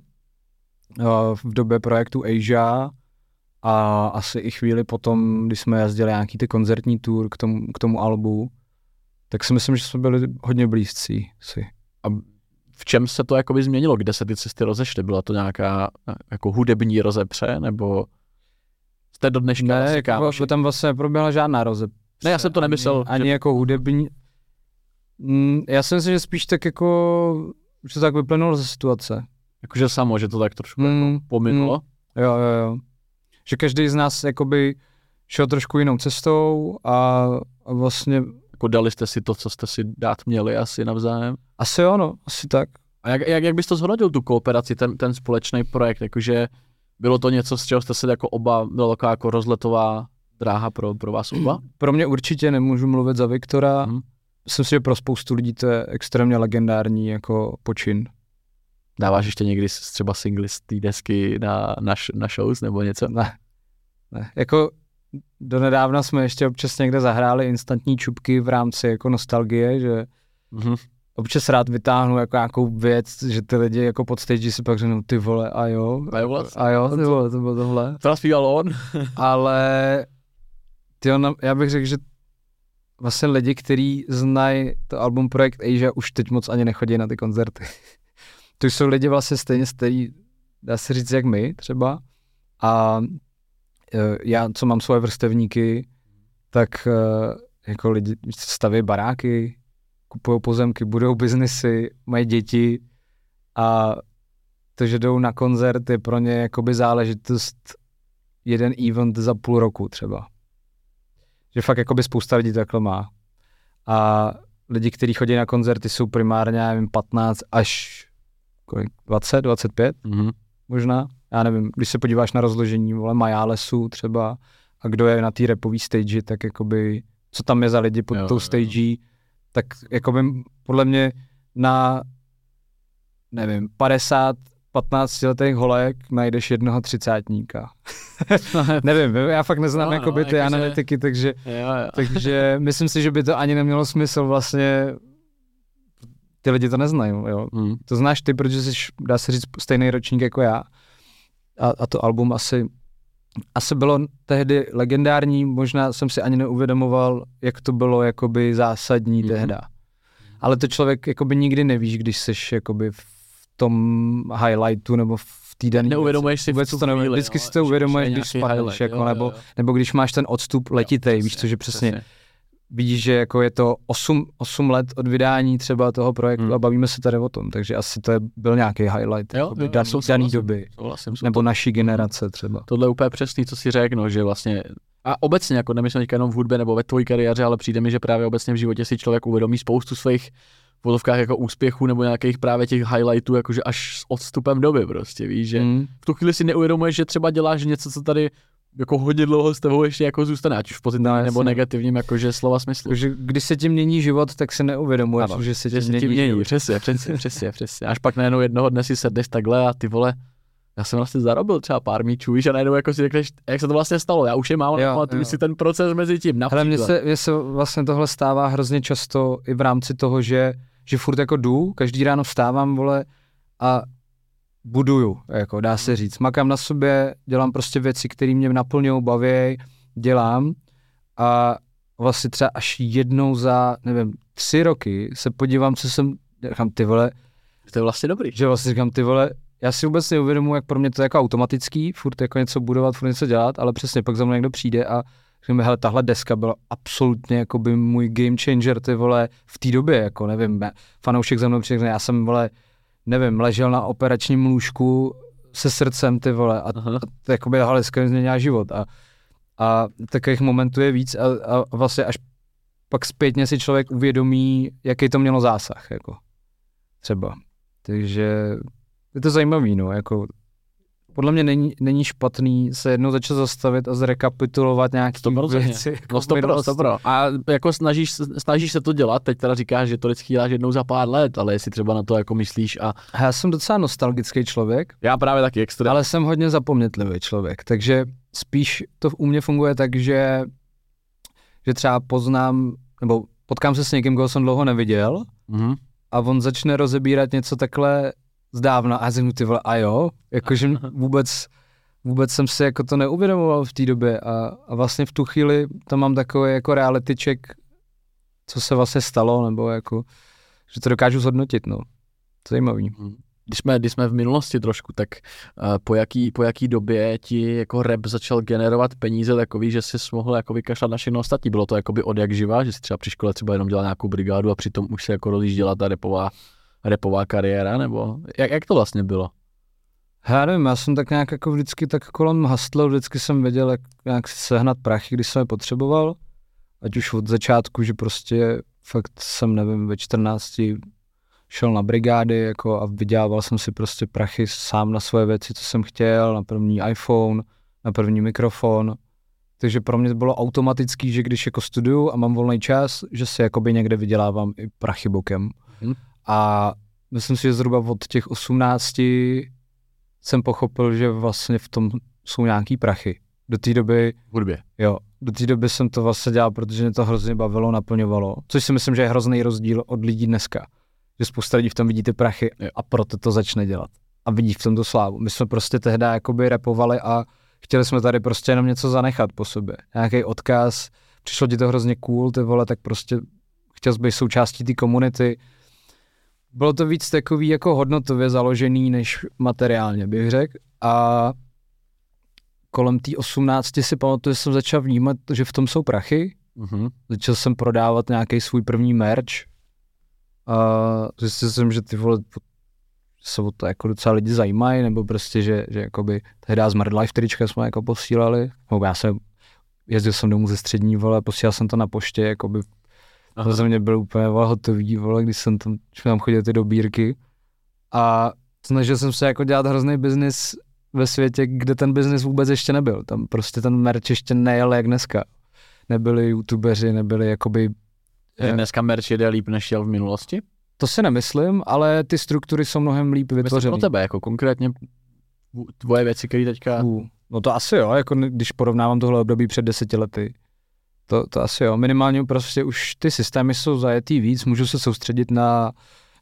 V době projektu Asia a asi i chvíli potom, když jsme jezdili nějaký ty koncertní tour k tomu, k tomu albu, tak si myslím, že jsme byli hodně blízcí si. A v čem se to jakoby změnilo? Kde se ty cesty rozešly? Byla to nějaká jako hudební rozepře, nebo jste do dneška ne, asi kámoši? Ne, tam vlastně neproběhla žádná rozepře. Ne, já jsem to nemyslel. Ani, ani že... jako hudební. Mm, já si myslím, že spíš tak jako, že to tak vyplynulo ze situace. Jakože samo, že to tak trošku mm, jako pominulo? Mm, jo, jo, jo. Že každý z nás jakoby šel trošku jinou cestou a, a vlastně... Jako dali jste si to, co jste si dát měli asi navzájem? Asi jo, no, asi tak. A jak, jak, jak bys to zhodnotil, tu kooperaci, ten, ten společný projekt, jakože bylo to něco, z čeho jste se jako oba, byla taková jako rozletová dráha pro, pro vás oba? Pro mě určitě, nemůžu mluvit za Viktora. Hmm. Myslím si, že pro spoustu lidí to je extrémně legendární jako počin. Dáváš ještě někdy třeba singly z té desky na, na, na shows nebo něco? Ne, ne. Jako donedávna jsme ještě občas někde zahráli instantní čupky v rámci jako nostalgie, že mm-hmm. občas rád vytáhnu jako nějakou věc, že ty lidi jako pod stage si pak řeknou ty vole a jo, a jo, vlastně. a jo ty vole, to bylo tohle. To naspíval on. Ale tyjo, já bych řekl, že vlastně lidi, kteří znají to album Projekt Asia, už teď moc ani nechodí na ty koncerty. To jsou lidi vlastně stejně stejný, dá se říct jak my třeba. A já, co mám svoje vrstevníky, tak jako lidi staví baráky, kupují pozemky, budou biznesy, mají děti a to, že jdou na koncert, je pro ně jakoby záležitost jeden event za půl roku třeba. Že fakt jakoby spousta lidí to takhle má. A lidi, kteří chodí na koncerty, jsou primárně, já nevím, patnáct až dvacet, dvacet pět mm-hmm. možná. Já nevím, když se podíváš na rozložení, vole, Majálesu třeba a kdo je na té rapové stage, tak jakoby, co tam je za lidi pod jo, tou stage, tak jakoby podle mě na, nevím, padesát, patnáct letých holek najdeš jednoho třicátníka. Nevím, já fakt neznám no, jakoby no, ty jako analytiky, že... takže, jo, jo. takže myslím si, že by to ani nemělo smysl vlastně, ty lidi to neznají, jo. Hmm. To znáš ty, protože jsi, dá se říct, stejný ročník jako já. A, a to album asi, asi bylo tehdy legendární, možná jsem si ani neuvědomoval, jak to bylo jakoby zásadní mm-hmm. tehda. Ale to člověk jakoby nikdy nevíš, když seš jakoby v tom highlightu nebo v té dané neuvědomuješ si vůbec to nevím, vždycky no, si to uvědomuješ, když spadneš, jako, jo, nebo, jo. nebo když máš ten odstup letitej, jo, víš co, že přesně, přesně vidíš, že jako je to osm let od vydání třeba toho projektu hmm. a bavíme se tady o tom, takže asi to je, byl nějaký highlight jo, jako jo, daný, daný doby, souhlasím, nebo to naší generace třeba. Tohle je úplně přesný, co si řekl, no, že vlastně a obecně, jako nemyslím teďka jenom v hudbě nebo ve tvojí kariéře, ale přijde mi, že právě obecně v životě si člověk uvědomí spoustu svých v vodovkách jako úspěchů nebo nějakých právě těch highlightů, jakože až s odstupem doby prostě, víš, že mm. v tu chvíli si neuvědomuješ, že třeba děláš něco, co tady jako hodně dlouho s tebou ještě jako zůstane, ať už v pozitivním no, nebo negativním, jakože slova smyslu. Takže když se ti mění život, tak se neuvědomuješ, ano, že se ti mění, mění. Přesně, přesně, přesně, přesně. Až pak najednou jednoho dne si sedneš takhle a ty vole, já jsem vlastně zarobil třeba pár míčů, víš, a najednou jako si řekneš, jak se to vlastně stalo, já už je mám, ale ty si ten proces mezi tím například. Hele, mně se, mně se vlastně tohle stává hrozně často i v rámci toho, že, že furt jako jdu, každý ráno vstávám, vole, a buduju, jako dá se říct. Makám na sobě, dělám prostě věci, které mě naplňují, baví, dělám a vlastně třeba až jednou za, nevím, tři roky se podívám, co jsem, říkám, ty vole, to je vlastně dobrý. Že vlastně říkám, ty vole, já si vůbec neuvědomuji, jak pro mě to je jako automatický, furt jako něco budovat, furt něco dělat, ale přesně pak za mnou někdo přijde a říkáme, hele, tahle deska byla absolutně jako by můj game changer, ty vole, v té době, jako nevím, fanoušek za mnou přijde, já jsem, vole, nevím, ležel na operačním lůžku se srdcem, ty vole, a, a to jako by tahle deska změnila život a, a takových momentů je víc a, a vlastně až pak zpětně si člověk uvědomí, jaký to mělo zásah, jako třeba, takže je to zajímavý, no, jako podle mě není, není špatný se jednou začít zastavit a zrekapitulovat nějaké věci. Jako no stopro, stopro. A jako snažíš, snažíš se to dělat, teď teda říkáš, že to vždycky děláš jednou za pár let, ale jestli třeba na to jako myslíš a... Já jsem docela nostalgický člověk. Já právě taky extra. Ale jsem hodně zapomnětlivý člověk, takže spíš to u mě funguje tak, že, že třeba poznám, nebo potkám se s někým, koho jsem dlouho neviděl mm-hmm. a on začne rozebírat něco takhle zdávna a zinu ty vole, a jo, jakože vůbec, vůbec jsem si jako to neuvědomoval v té době a, a vlastně v tu chvíli to mám takový jako reality check, co se vlastně stalo, nebo jako, že to dokážu zhodnotit, no. Zajímavý. Když jsme, když jsme v minulosti trošku, tak uh, po, jaký, po jaký době ti jako rap začal generovat peníze takový, že jsi mohl jako vykašlat na všechno ostatní? Bylo to jakoby od jak živá, že jsi třeba při škole třeba jenom dělal nějakou brigádu a přitom už se jako rozjížděla ta rapová rapová kariéra, nebo jak, jak to vlastně bylo? Já nevím, já jsem tak nějak jako vždycky tak kolem hustlil, vždycky jsem věděl, jak nějak sehnat prachy, když jsem je potřeboval, ať už od začátku, že prostě fakt jsem, nevím, ve čtrnácti šel na brigády jako a vydělával jsem si prostě prachy sám na svoje věci, co jsem chtěl, na první iPhone, na první mikrofon, takže pro mě to bylo automatický, že když jako studuju a mám volný čas, že si jakoby někde vydělávám i prachy bokem. Hmm. A myslím si, že zhruba od těch osmnácti jsem pochopil, že vlastně v tom jsou nějaký prachy. Do té doby... V hudbě. Jo, do té doby jsem to vlastně dělal, protože mě to hrozně bavilo, naplňovalo. Což si myslím, že je hrozný rozdíl od lidí dneska. Že spousta lidí v tom vidí ty prachy jo. a proto to začne dělat. A vidí v tom tu slávu. My jsme prostě tehdy jakoby rapovali a chtěli jsme tady prostě jenom něco zanechat po sobě. Nějaký odkaz, přišlo ti to hrozně cool, ty vole, tak prostě chtěl jsi být součástí té komunity. Bylo to víc takový jako hodnotově založený než materiálně, bych řekl. A kolem té osmnácti si pamatuju, že jsem začal vnímat, že v tom jsou prachy. Mm-hmm. Začal jsem prodávat nějaký svůj první merch. A zjistil jsem, že ty vole, se o to jako docela lidi zajímají, nebo prostě, že, že jakoby tehdy z Mad Life trička jsme jako posílali. Nebo já jsem, jezdil jsem domů ze střední, vole, posílal jsem to na poště, jakoby to za mě byl úplně hotový, vole, když jsem tam, když tam chodil ty dobírky a snažil jsem se jako dělat hrozný biznis ve světě, kde ten biznis vůbec ještě nebyl. Tam prostě ten merch ještě nejel jak dneska. Nebyli youtubeři, nebyli jakoby... Že dneska merch jede líp než jel v minulosti? To si nemyslím, ale ty struktury jsou mnohem líp vytvořené. Myslím pro tebe, jako konkrétně tvoje věci, které teďka... Uh, no to asi jo, jako když porovnávám tohle období před deseti lety. To, to asi jo, minimálně prostě už ty systémy jsou zajetý víc, můžu se soustředit na,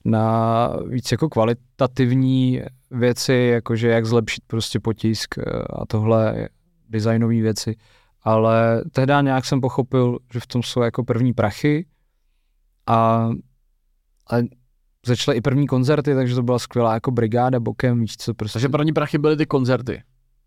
na víc jako kvalitativní věci, jakože jak zlepšit prostě potisk a tohle designové věci, ale tehdy nějak jsem pochopil, že v tom jsou jako první prachy a, a začaly i první koncerty, takže to byla skvělá jako brigáda bokem, víš co, prostě. Takže první prachy byly ty koncerty.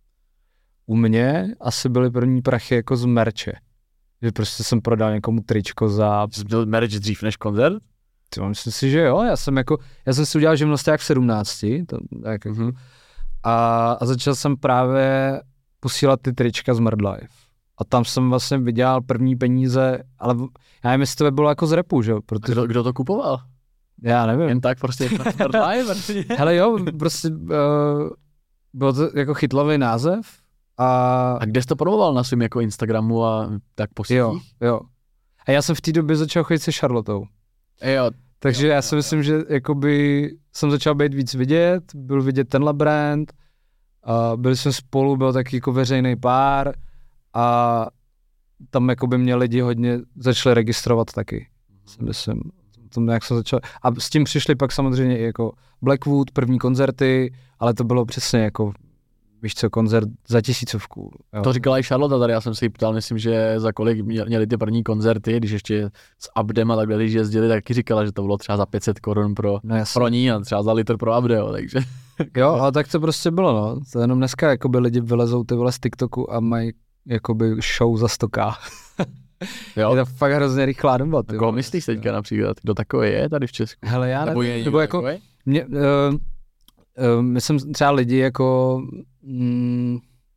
U mě asi byly první prachy jako z merče. Že prostě jsem prodal někomu tričko za... Jsi byl merch dřív než koncert? Ty, myslím si, že jo, já jsem jako, já jsem si udělal živnosták v sedmnácti, to, tak, mm-hmm. a, a začal jsem právě posílat ty trička z Murdlife. A tam jsem vlastně vydělal první peníze, ale já nevím, jestli to bylo jako z rapu, že jo? Protože... Kdo, kdo to kupoval? Já nevím. Jen tak prostě Murdlife? Hele jo, prostě uh, bylo to jako chytlavý název. A... a kde jsi to promoval na svým jako Instagramu a tak po sítích? Jo, jo. A já jsem v té době začal chodit se Charlotou. Jo. Takže jo, já si jo, myslím, jo. že jakoby jsem začal být víc vidět, byl vidět tenhle brand, a byli jsme spolu, byl taky jako veřejný pár a tam jakoby mě lidi hodně začali registrovat taky. Mm-hmm. Myslím, tom, jak jsem začal. A s tím přišli pak samozřejmě i jako Blackwood, první koncerty, ale to bylo přesně jako víš co, koncert za tisícovku. Jo. To říkala i Charlotte tady, já jsem se jí ptal, myslím, že za kolik měli ty první koncerty, když ještě s Abdem a takhle, když jezdili, taky říkala, že to bylo třeba za pět set korun pro, no pro ní a třeba za litr pro Abdeo, takže. Jo, ale tak to prostě bylo, no. To jenom dneska jakoby lidi vylezou ty vole z TikToku a mají jakoby show za sto ká. Jo. Je to fakt hrozně rychlá doba. Ty koho myslíš teďka například? Kdo takový je tady v Česku? Hele, já nebo nevím. Nebo jako, mě, uh, uh, myslím třeba lidi jako, mm,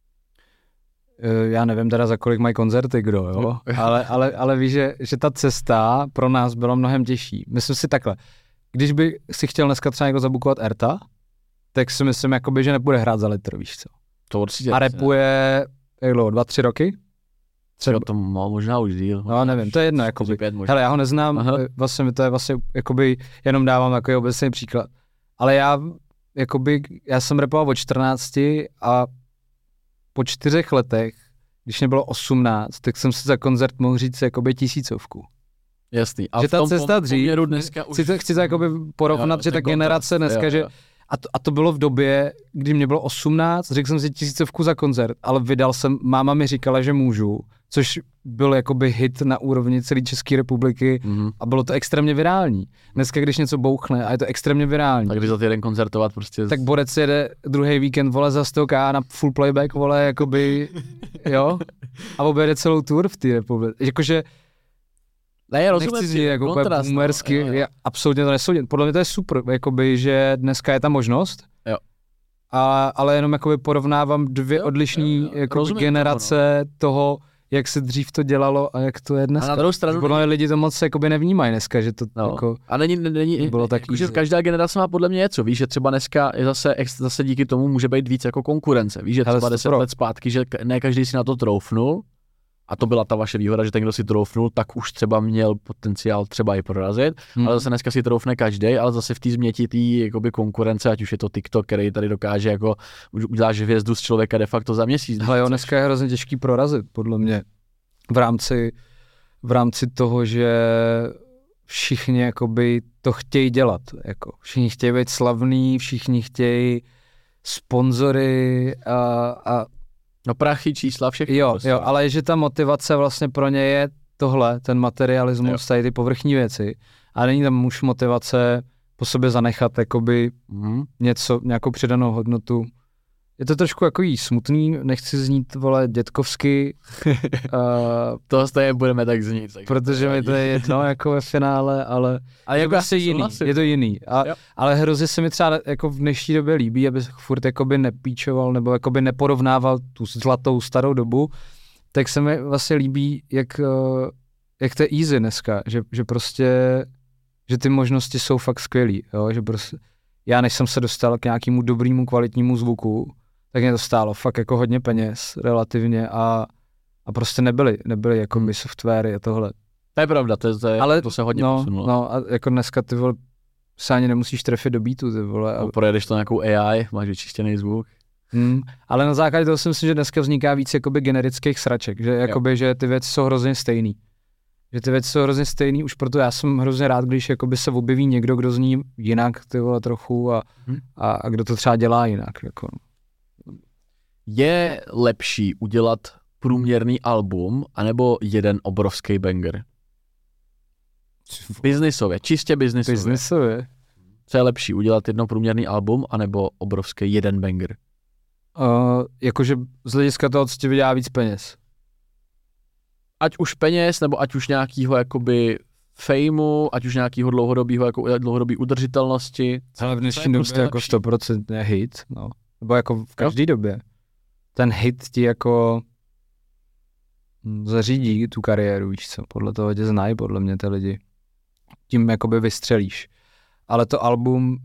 uh, já nevím teda za kolik mají koncerty, kdo, jo? ale, ale, ale víš, že, že ta cesta pro nás byla mnohem těžší. Myslím si takhle, když by si chtěl dneska třeba někdo zabukovat Erta, tak si myslím, jakoby, že nebude hrát za litr, víš co. To určitě. A rapuje, jak dlouho, dva, tři roky? Třeba to má možná už díl. No nevím, to je jedno, jakoby. Hele, já ho neznám, Aha. vlastně to je vlastně, jakoby, jenom dávám takový obecný příklad. Ale já, jakoby, já jsem rapoval od čtrnácti a po čtyřech letech, když mě bylo osmnáct, tak jsem si za koncert mohl říct jakoby tisícovku. Jasný. A že ta cesta dřív, dneska chci, to, chci to jakoby porovnat, jo, že ta generace dneska, jo, že jo. A to, a to bylo v době, kdy mě bylo osmnáct, řekl jsem si tisícovku za koncert, ale vydal jsem, máma mi říkala, že můžu, což byl jakoby hit na úrovni celé České republiky mm-hmm. a bylo to extrémně virální. Dneska, když něco bouchne a je to extrémně virální. Tak když za týden koncertovat prostě. Tak Borec jede druhý víkend, vole, za sto ká na full playback, vole, jakoby, jo, a objede celou tour v té republice. Jakože Ne, rozumím, nechci říct jako boomersky, no, já absolutně to nesoudím. Podle mě to je super, jakoby, že dneska je ta možnost, jo. A, ale jenom jakoby porovnávám dvě odlišné generace toho, no. toho, jak se dřív to dělalo a jak to je dneska. A na druhou stranu podle mě lidi to moc jakoby nevnímají dneska, že to no. jako a není, není bylo tak jako, že každá generace má podle mě něco, víš, že třeba dneska je zase, zase díky tomu může být víc jako konkurence, víš, že třeba deset let zpátky, že ne každý si na to troufnul. A to byla ta vaše výhoda, že ten, kdo si troufnul, tak už třeba měl potenciál třeba i prorazit, hmm. ale zase dneska si troufne každý, ale zase v té změti té jakoby konkurence, ať už je to TikTok, který tady dokáže jako uděláš hvězdu z člověka de facto za měsíc. Ale jo, dneska je hrozně těžký prorazit, podle mě, v rámci, v rámci toho, že všichni jakoby to chtějí dělat, jako všichni chtějí být slavný, všichni chtějí sponzory a, a no prachy, čísla, všechno. Jo, prostě. Jo, ale že ta motivace vlastně pro ně je tohle, ten materialismus, tady ty povrchní věci. A není tam už motivace po sobě zanechat jakoby mm. něco, nějakou přidanou hodnotu. Je to trošku jako jí smutný, nechci znít, vole, dětkovsky. uh, to stejně budeme tak znít. Tak protože mi to je jedno jako ve finále, ale, ale jako je to jiný, je to jiný. A, ale hrozně se mi třeba jako v dnešní době líbí, aby furt jakoby nepíčoval nebo jakoby neporovnával tu zlatou starou dobu, tak se mi vlastně líbí, jak, jak to je easy dneska, že, že prostě, že ty možnosti jsou fakt skvělý, jo? Že prostě já než jsem se dostal k nějakému dobrému kvalitnímu zvuku, tak mě to stálo fakt jako hodně peněz relativně a, a prostě nebyly, nebyly jako by softwary a tohle. To je pravda, to, to, je, ale, to se hodně no, posunulo. No a jako dneska ty vole, se ani nemusíš trefit do beatu, ty vole. A... No, projedeš to nějakou A I, máš vyčištěný zvuk. Hmm, ale na základě toho si myslím, že dneska vzniká víc jakoby generických sraček, že, jakoby, že ty věci jsou hrozně stejný. Že ty věci jsou hrozně stejný, už proto já jsem hrozně rád, když jakoby se objeví někdo, kdo zní jinak, ty vole, trochu a, hmm. a, a kdo to třeba dělá jinak. Jako. Je lepší udělat průměrný album, anebo jeden obrovský banger? Biznisově, čistě biznisově. Biznisově. Co je lepší, udělat jedno průměrný album, anebo obrovský jeden banger? Uh, jakože z hlediska toho, co ti vydělá víc peněz. Ať už peněz, nebo ať už nějakýho jakoby fejmu, ať už nějakýho dlouhodobýho, jako dlouhodobý udržitelnosti. Ale v dnešní době jako sto procent je hit, no. Nebo jako v každé době. Ten hit ti jako zařídí tu kariéru, víš co, podle toho tě znají, podle mě ty lidi. Tím jakoby vystřelíš. Ale to album,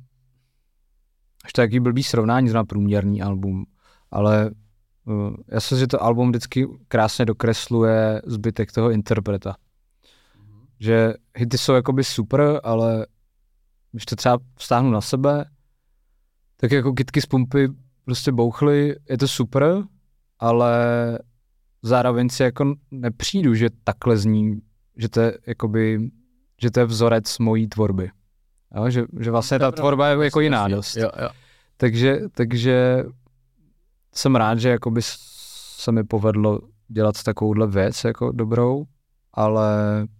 až to jaký blbý srovnání, zrovna průměrný album, ale uh, já si, že to album vždycky krásně dokresluje zbytek toho interpreta. Mm-hmm. Že hity jsou jakoby super, ale když to třeba vztáhnu na sebe, tak jako Kytky z pumpy prostě bouchly, je to super, ale zároveň si jako nepřijdu, že takhle zní, že to je jakoby, že to je vzorec mojí tvorby. Jo, že, že vlastně ta tvorba je jako jiná dost. Jo, jo. Takže, takže jsem rád, že jakoby se mi povedlo dělat takovouhle věc jako dobrou, ale,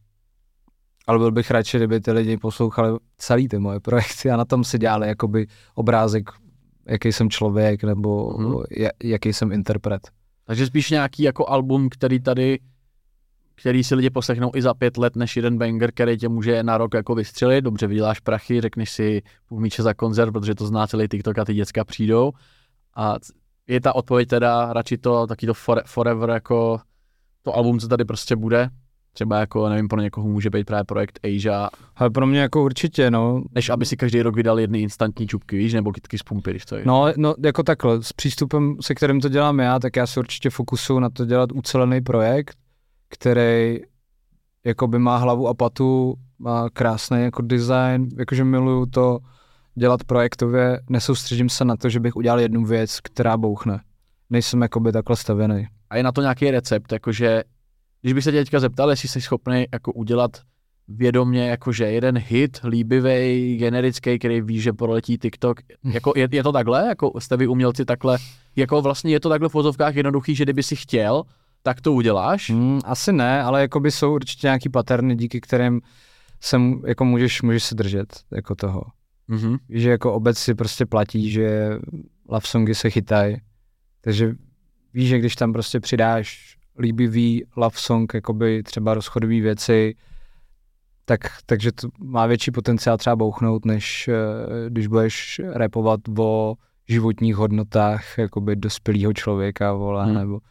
ale byl bych radši, kdyby ty lidi poslouchali celý ty moje projekty a na tom si dělali jakoby obrázek, jaký jsem člověk nebo mm-hmm. jaký jsem interpret. Takže spíš nějaký jako album, který tady, který si lidi poslechnou i za pět let, než jeden banger, který tě může na rok jako vystřelit, dobře vyděláš prachy, řekneš si půl míče za koncert, protože to zná celý TikTok a ty děcka přijdou. A je ta odpověď teda radši to, taky to for, forever jako to album, co tady prostě bude. Třeba jako, nevím, pro někoho může být právě projekt Asia. Ale pro mě jako určitě, no. Než aby si každý rok vydal jedny instantní čupky, víš, nebo Kytky z pumpy, když to je. No, no, jako takhle, s přístupem, se kterým to dělám já, tak já se určitě fokusuju na to dělat ucelený projekt, který jakoby má hlavu a patu, má krásný jako design, jakože miluju to dělat projektově, nesoustředím se na to, že bych udělal jednu věc, která bouchne. Nejsem jakoby takhle stavěný. A je na to nějaký recept, jakože když bych se tě teďka zeptal, jestli jsi schopný jako udělat vědomě jakože jeden hit, líbivý, generický, který ví, že proletí TikTok, jako je, je to takhle? Jako jste vy umělci takhle, jako vlastně je to takhle v vozovkách jednoduchý, že kdyby si chtěl, tak to uděláš? Hmm, asi ne, ale jakoby jsou určitě nějaký paterny, díky kterým sem, jako můžeš, můžeš se držet jako toho. Mm-hmm. Že jako obec si prostě platí, že love songy se chytají, takže víš, že když tam prostě přidáš líbivý love song, jakoby třeba rozchodové věci, tak, takže to má větší potenciál třeba bouchnout, než když budeš rapovat o životních hodnotách jakoby dospělého člověka, vole, hmm. nebo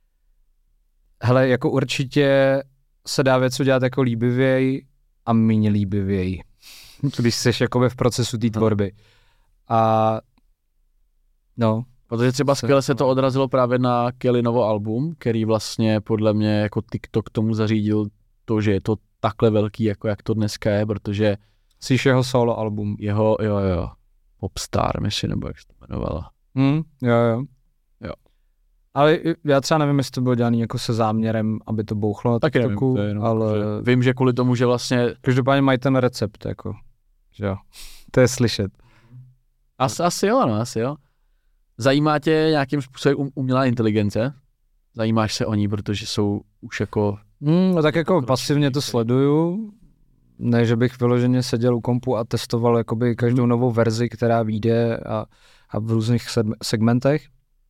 hele, jako určitě se dá věc udělat jako líbivěji a méně líbivěji, když jsi jakoby v procesu té tvorby. A no, protože třeba skvěle se to odrazilo právě na Kellynovo album, který vlastně podle mě jako TikTok tomu zařídil to, že je to takhle velký, jako jak to dneska je, protože jsi jeho solo album. Jeho, jo, jo, Popstar, myslím, nebo jak se to jmenovalo. Hmm, jo, jo. Jo. Ale já třeba nevím, jestli to bylo dělané jako se záměrem, aby to bouchlo. Taky nevím, to je jenom, ale že vím, že kvůli tomu, že vlastně každopádně mají ten recept, jako, že jo. To je slyšet. Asi, asi jo, no, asi jo. Zajímá tě nějakým způsobem umělá inteligence? Zajímáš se o ní, protože jsou už jako... Hmm, no tak jako pasivně to sleduju. Ne, že bych vyloženě seděl u kompu a testoval jakoby každou novou verzi, která vyjde a, a v různých segmentech.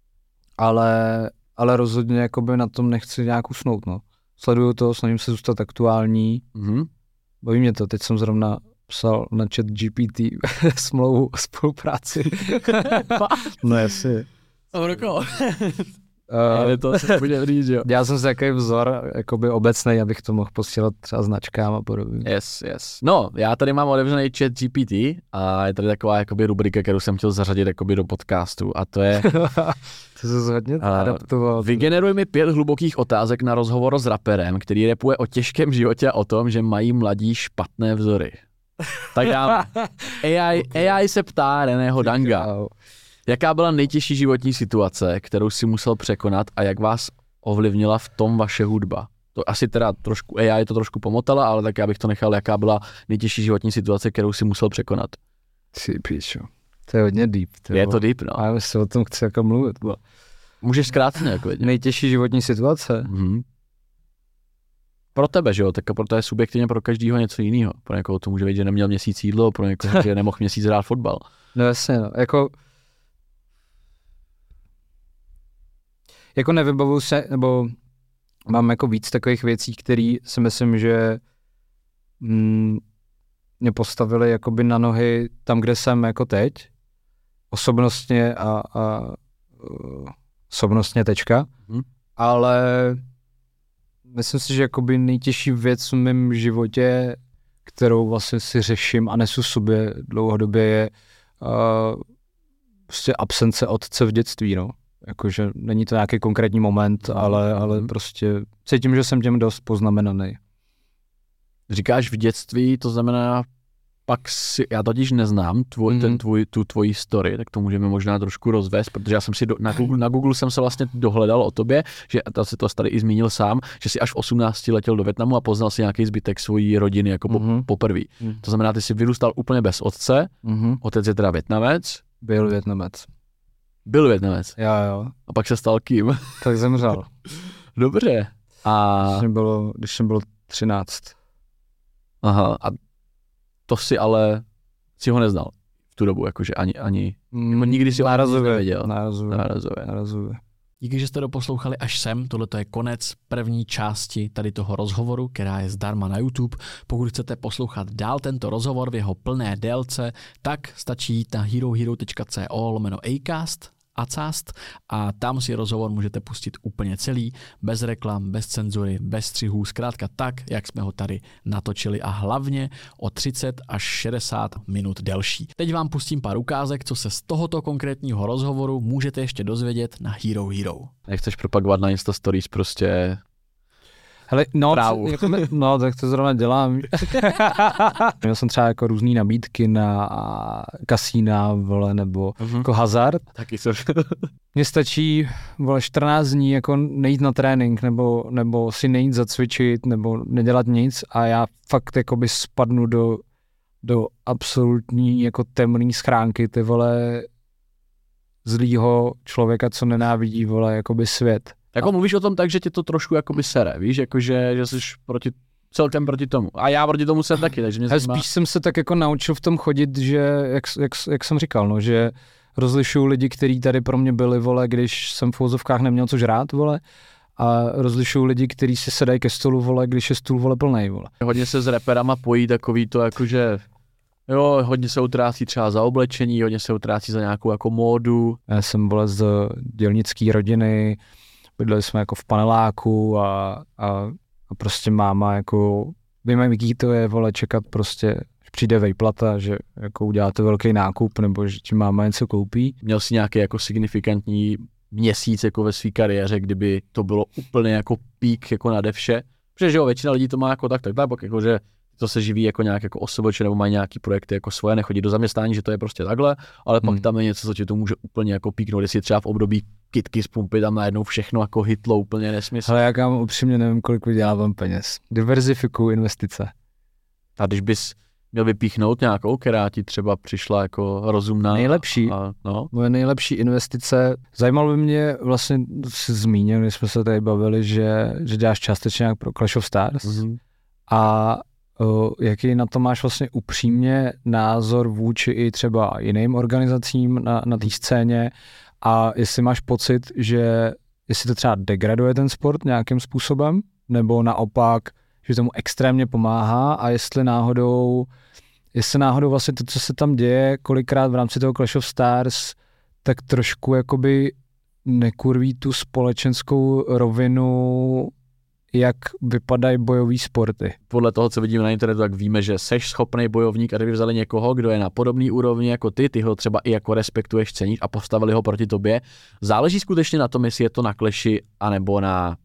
Ale, ale rozhodně jakoby na tom nechci nějak usnout, no. Sleduju to, snažím se zůstat aktuální. Mm-hmm. Baví mě to, teď jsem zrovna psal na chat G P T smlouvu o spolupráci. No jasně. Uh, Ale to se bude říct, jo. Já jsem si takový vzor jakoby obecnej, abych to mohl posílat třeba značkám a podobně. Yes, yes. No, já tady mám otevřený chat G P T a je tady taková jakoby rubrika, kterou jsem chtěl zařadit jakoby do podcastu a to je... to se hodně adaptoval. Vygeneruj mi pět hlubokých otázek na rozhovor s raperem, který rapuje o těžkém životě a o tom, že mají mladí špatné vzory. Tak já... A I, A I se ptá Reného Danga. Jaká byla nejtěžší životní situace, kterou si musel překonat a jak vás ovlivnila v tom vaše hudba? To asi teda trošku, A I to trošku pomotala, ale tak já bych to nechal, jaká byla nejtěžší životní situace, kterou si musel překonat. Si píšu. To je hodně deep. To je to deep, no. A já se o tom chci jako mluvit. Bo. Můžeš zkráceně jako vědět. Nejtěžší životní situace? Mm-hmm. pro tebe, že jo, tak pro to je subjektivně pro každého něco jiného. Pro někoho to může být, že neměl měsíc jídlo, pro někoho, že nemohl měsíc hrát fotbal. No jasně, no, jako jako nevybavuju se, nebo mám jako víc takových věcí, které si myslím, že mm, mě postavili jakoby na nohy tam, kde jsem jako teď, osobnostně a, a uh, osobnostně tečka, hmm. ale myslím si, že jakoby nejtěžší věc v mém životě, kterou vlastně si řeším a nesu sobě dlouhodobě, je uh, prostě absence otce v dětství, no. Jakože není to nějaký konkrétní moment, ale, ale prostě cítím, že jsem tím dost poznamenaný. Říkáš v dětství, to znamená, pak si, já totiž neznám tvoj, mm. ten tvůj, tu tvoji story, tak to můžeme možná trošku rozvést, protože já jsem si do, na, Google, na Google jsem se vlastně dohledal o tobě, že to si to tady i zmínil sám, že jsi až v osmnácti letěl do Vietnamu a poznal si nějaký zbytek svojí rodiny jako mm. po, poprvý. Mm. To znamená, ty jsi vyrůstal úplně bez otce, mm. otec je teda Vietnamec. Byl Vietnamec. Byl Vietnamec. Jo, jo. A pak se stal kým? Tak zemřel. Dobře. A... Když jsem bylo, když jsem bylo třináct. Aha. A to si ale si ho neznal v tu dobu, jakože ani, ani mm, nikdy si ho nevěděl. Nárazově. Nárazově. Nárazově. Díky, že jste doposlouchali až sem. Tohle je konec první části tady toho rozhovoru, která je zdarma na YouTube. Pokud chcete poslouchat dál tento rozhovor v jeho plné délce, tak stačí jít na herohero tečka co lomeno acast, acast a tam si rozhovor můžete pustit úplně celý, bez reklam, bez cenzury, bez střihů, zkrátka tak, jak jsme ho tady natočili a hlavně o třicet až šedesát minut delší. Teď vám pustím pár ukázek, co se z tohoto konkrétního rozhovoru můžete ještě dozvědět na Hero Hero. Nechceš propagovat na Insta Stories prostě... Hele, no, jako ne, no, tak to zrovna dělám. Měl jsem třeba jako různý nabídky na kasína, vole, nebo uh-huh. jako hazard. Taky jsem. Mně stačí, vole, čtrnáct dní jako nejít na trénink, nebo, nebo si nejít zacvičit, nebo nedělat nic a já fakt jakoby spadnu do, do absolutní jako temný schránky, ty vole, zlýho člověka, co nenávidí, vole, jakoby svět. Jako mluvíš o tom tak, že tě to trošku jakoby sere, víš, jakože, že jsi proti, celkem proti tomu. A já proti tomu jsem taky, takže mě zajímá... Spíš jsem se tak jako naučil v tom chodit, že, jak, jak, jak jsem říkal, no, že rozlišuju lidi, kteří tady pro mě byli, vole, když jsem v uvozovkách neměl co žrát, vole, a rozlišuju lidi, kteří si sedají ke stolu, vole, když je stůl, vole, plnej, vole. Hodně se s reperama pojí takový to, jakože... Jo, hodně se utrácí třeba za oblečení, hodně se utrácí za nějakou jako módu. Já jsem, vole, z dělnické rodiny, bydleli jsme jako v paneláku a, a, a prostě máma jako, vím, jaký to je, vole, čekat prostě, že přijde vejplata, že jako uděláte velký nákup, nebo že ti máma něco koupí. Měl jsi nějaký jako signifikantní měsíc jako ve své kariéře, kdyby to bylo úplně jako pík jako nade vše, protože jo, většina lidí to má jako tak, tak, tak, jako že to se živí jako nějak jako osoboče nebo mají nějaký projekty jako svoje, nechodí do zaměstnání, že to je prostě takhle, ale pak hmm. tam je něco, co ti to může úplně jako píknout, jestli třeba v období kytky z pumpy tam najednou všechno jako hitlo, úplně nesmysl. Ale já mám upřímně nevím, kolik vydělávám peněz. Diverzifikuju investice. A když bys měl vypíchnout nějakou, která ti třeba přišla jako rozumná. Nejlepší, a, no. moje nejlepší investice, zajímalo by mě, vlastně si zmínil, když jsme se tady bavili, že, že děláš částečně nějak pro Clash of Stars mm-hmm. a Uh, jaký na to máš vlastně upřímně názor vůči i třeba jiným organizacím na, na té scéně a jestli máš pocit, že jestli to třeba degraduje ten sport nějakým způsobem, nebo naopak, že tomu extrémně pomáhá a jestli náhodou, jestli náhodou vlastně to, co se tam děje kolikrát v rámci toho Clash of Stars, tak trošku jakoby nekurví tu společenskou rovinu, jak vypadají bojové sporty. Podle toho, co vidíme na internetu, tak víme, že seš schopný bojovník a kdyby vzali někoho, kdo je na podobné úrovni jako ty, ty ho třeba i jako respektuješ, ceníš a postavili ho proti tobě. Záleží skutečně na tom, jestli je to na Clashi, anebo na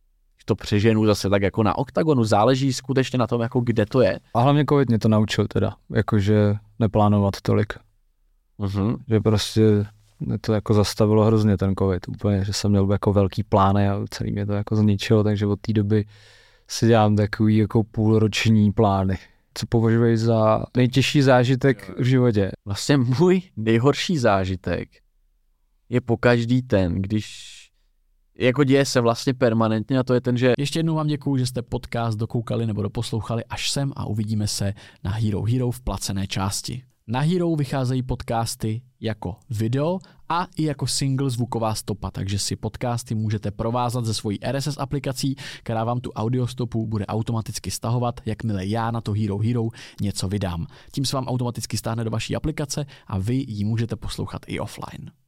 to přeženu zase tak jako na Oktagonu. Záleží skutečně na tom, jako kde to je. A hlavně covid mě to naučil teda, jakože neplánovat tolik. Uh-huh. Že prostě mě to jako zastavilo hrozně ten covid, úplně, že jsem měl jako velký plány a celý mě to jako zničilo, takže od té doby si dělám takový jako půlroční plány. Co považuješ za nejtěžší zážitek v životě? Vlastně můj nejhorší zážitek je pokaždý ten, když jako děje se vlastně permanentně a to je ten, že... Ještě jednou vám děkuju, že jste podcast dokoukali nebo doposlouchali až sem a uvidíme se na Hero Hero v placené části. Na Hero vycházejí podcasty jako video a i jako single zvuková stopa, takže si podcasty můžete provázat ze svojí R S S aplikací, která vám tu audiostopu bude automaticky stahovat, jakmile já na to Hero Hero něco vydám. Tím se vám automaticky stáhne do vaší aplikace a vy ji můžete poslouchat i offline.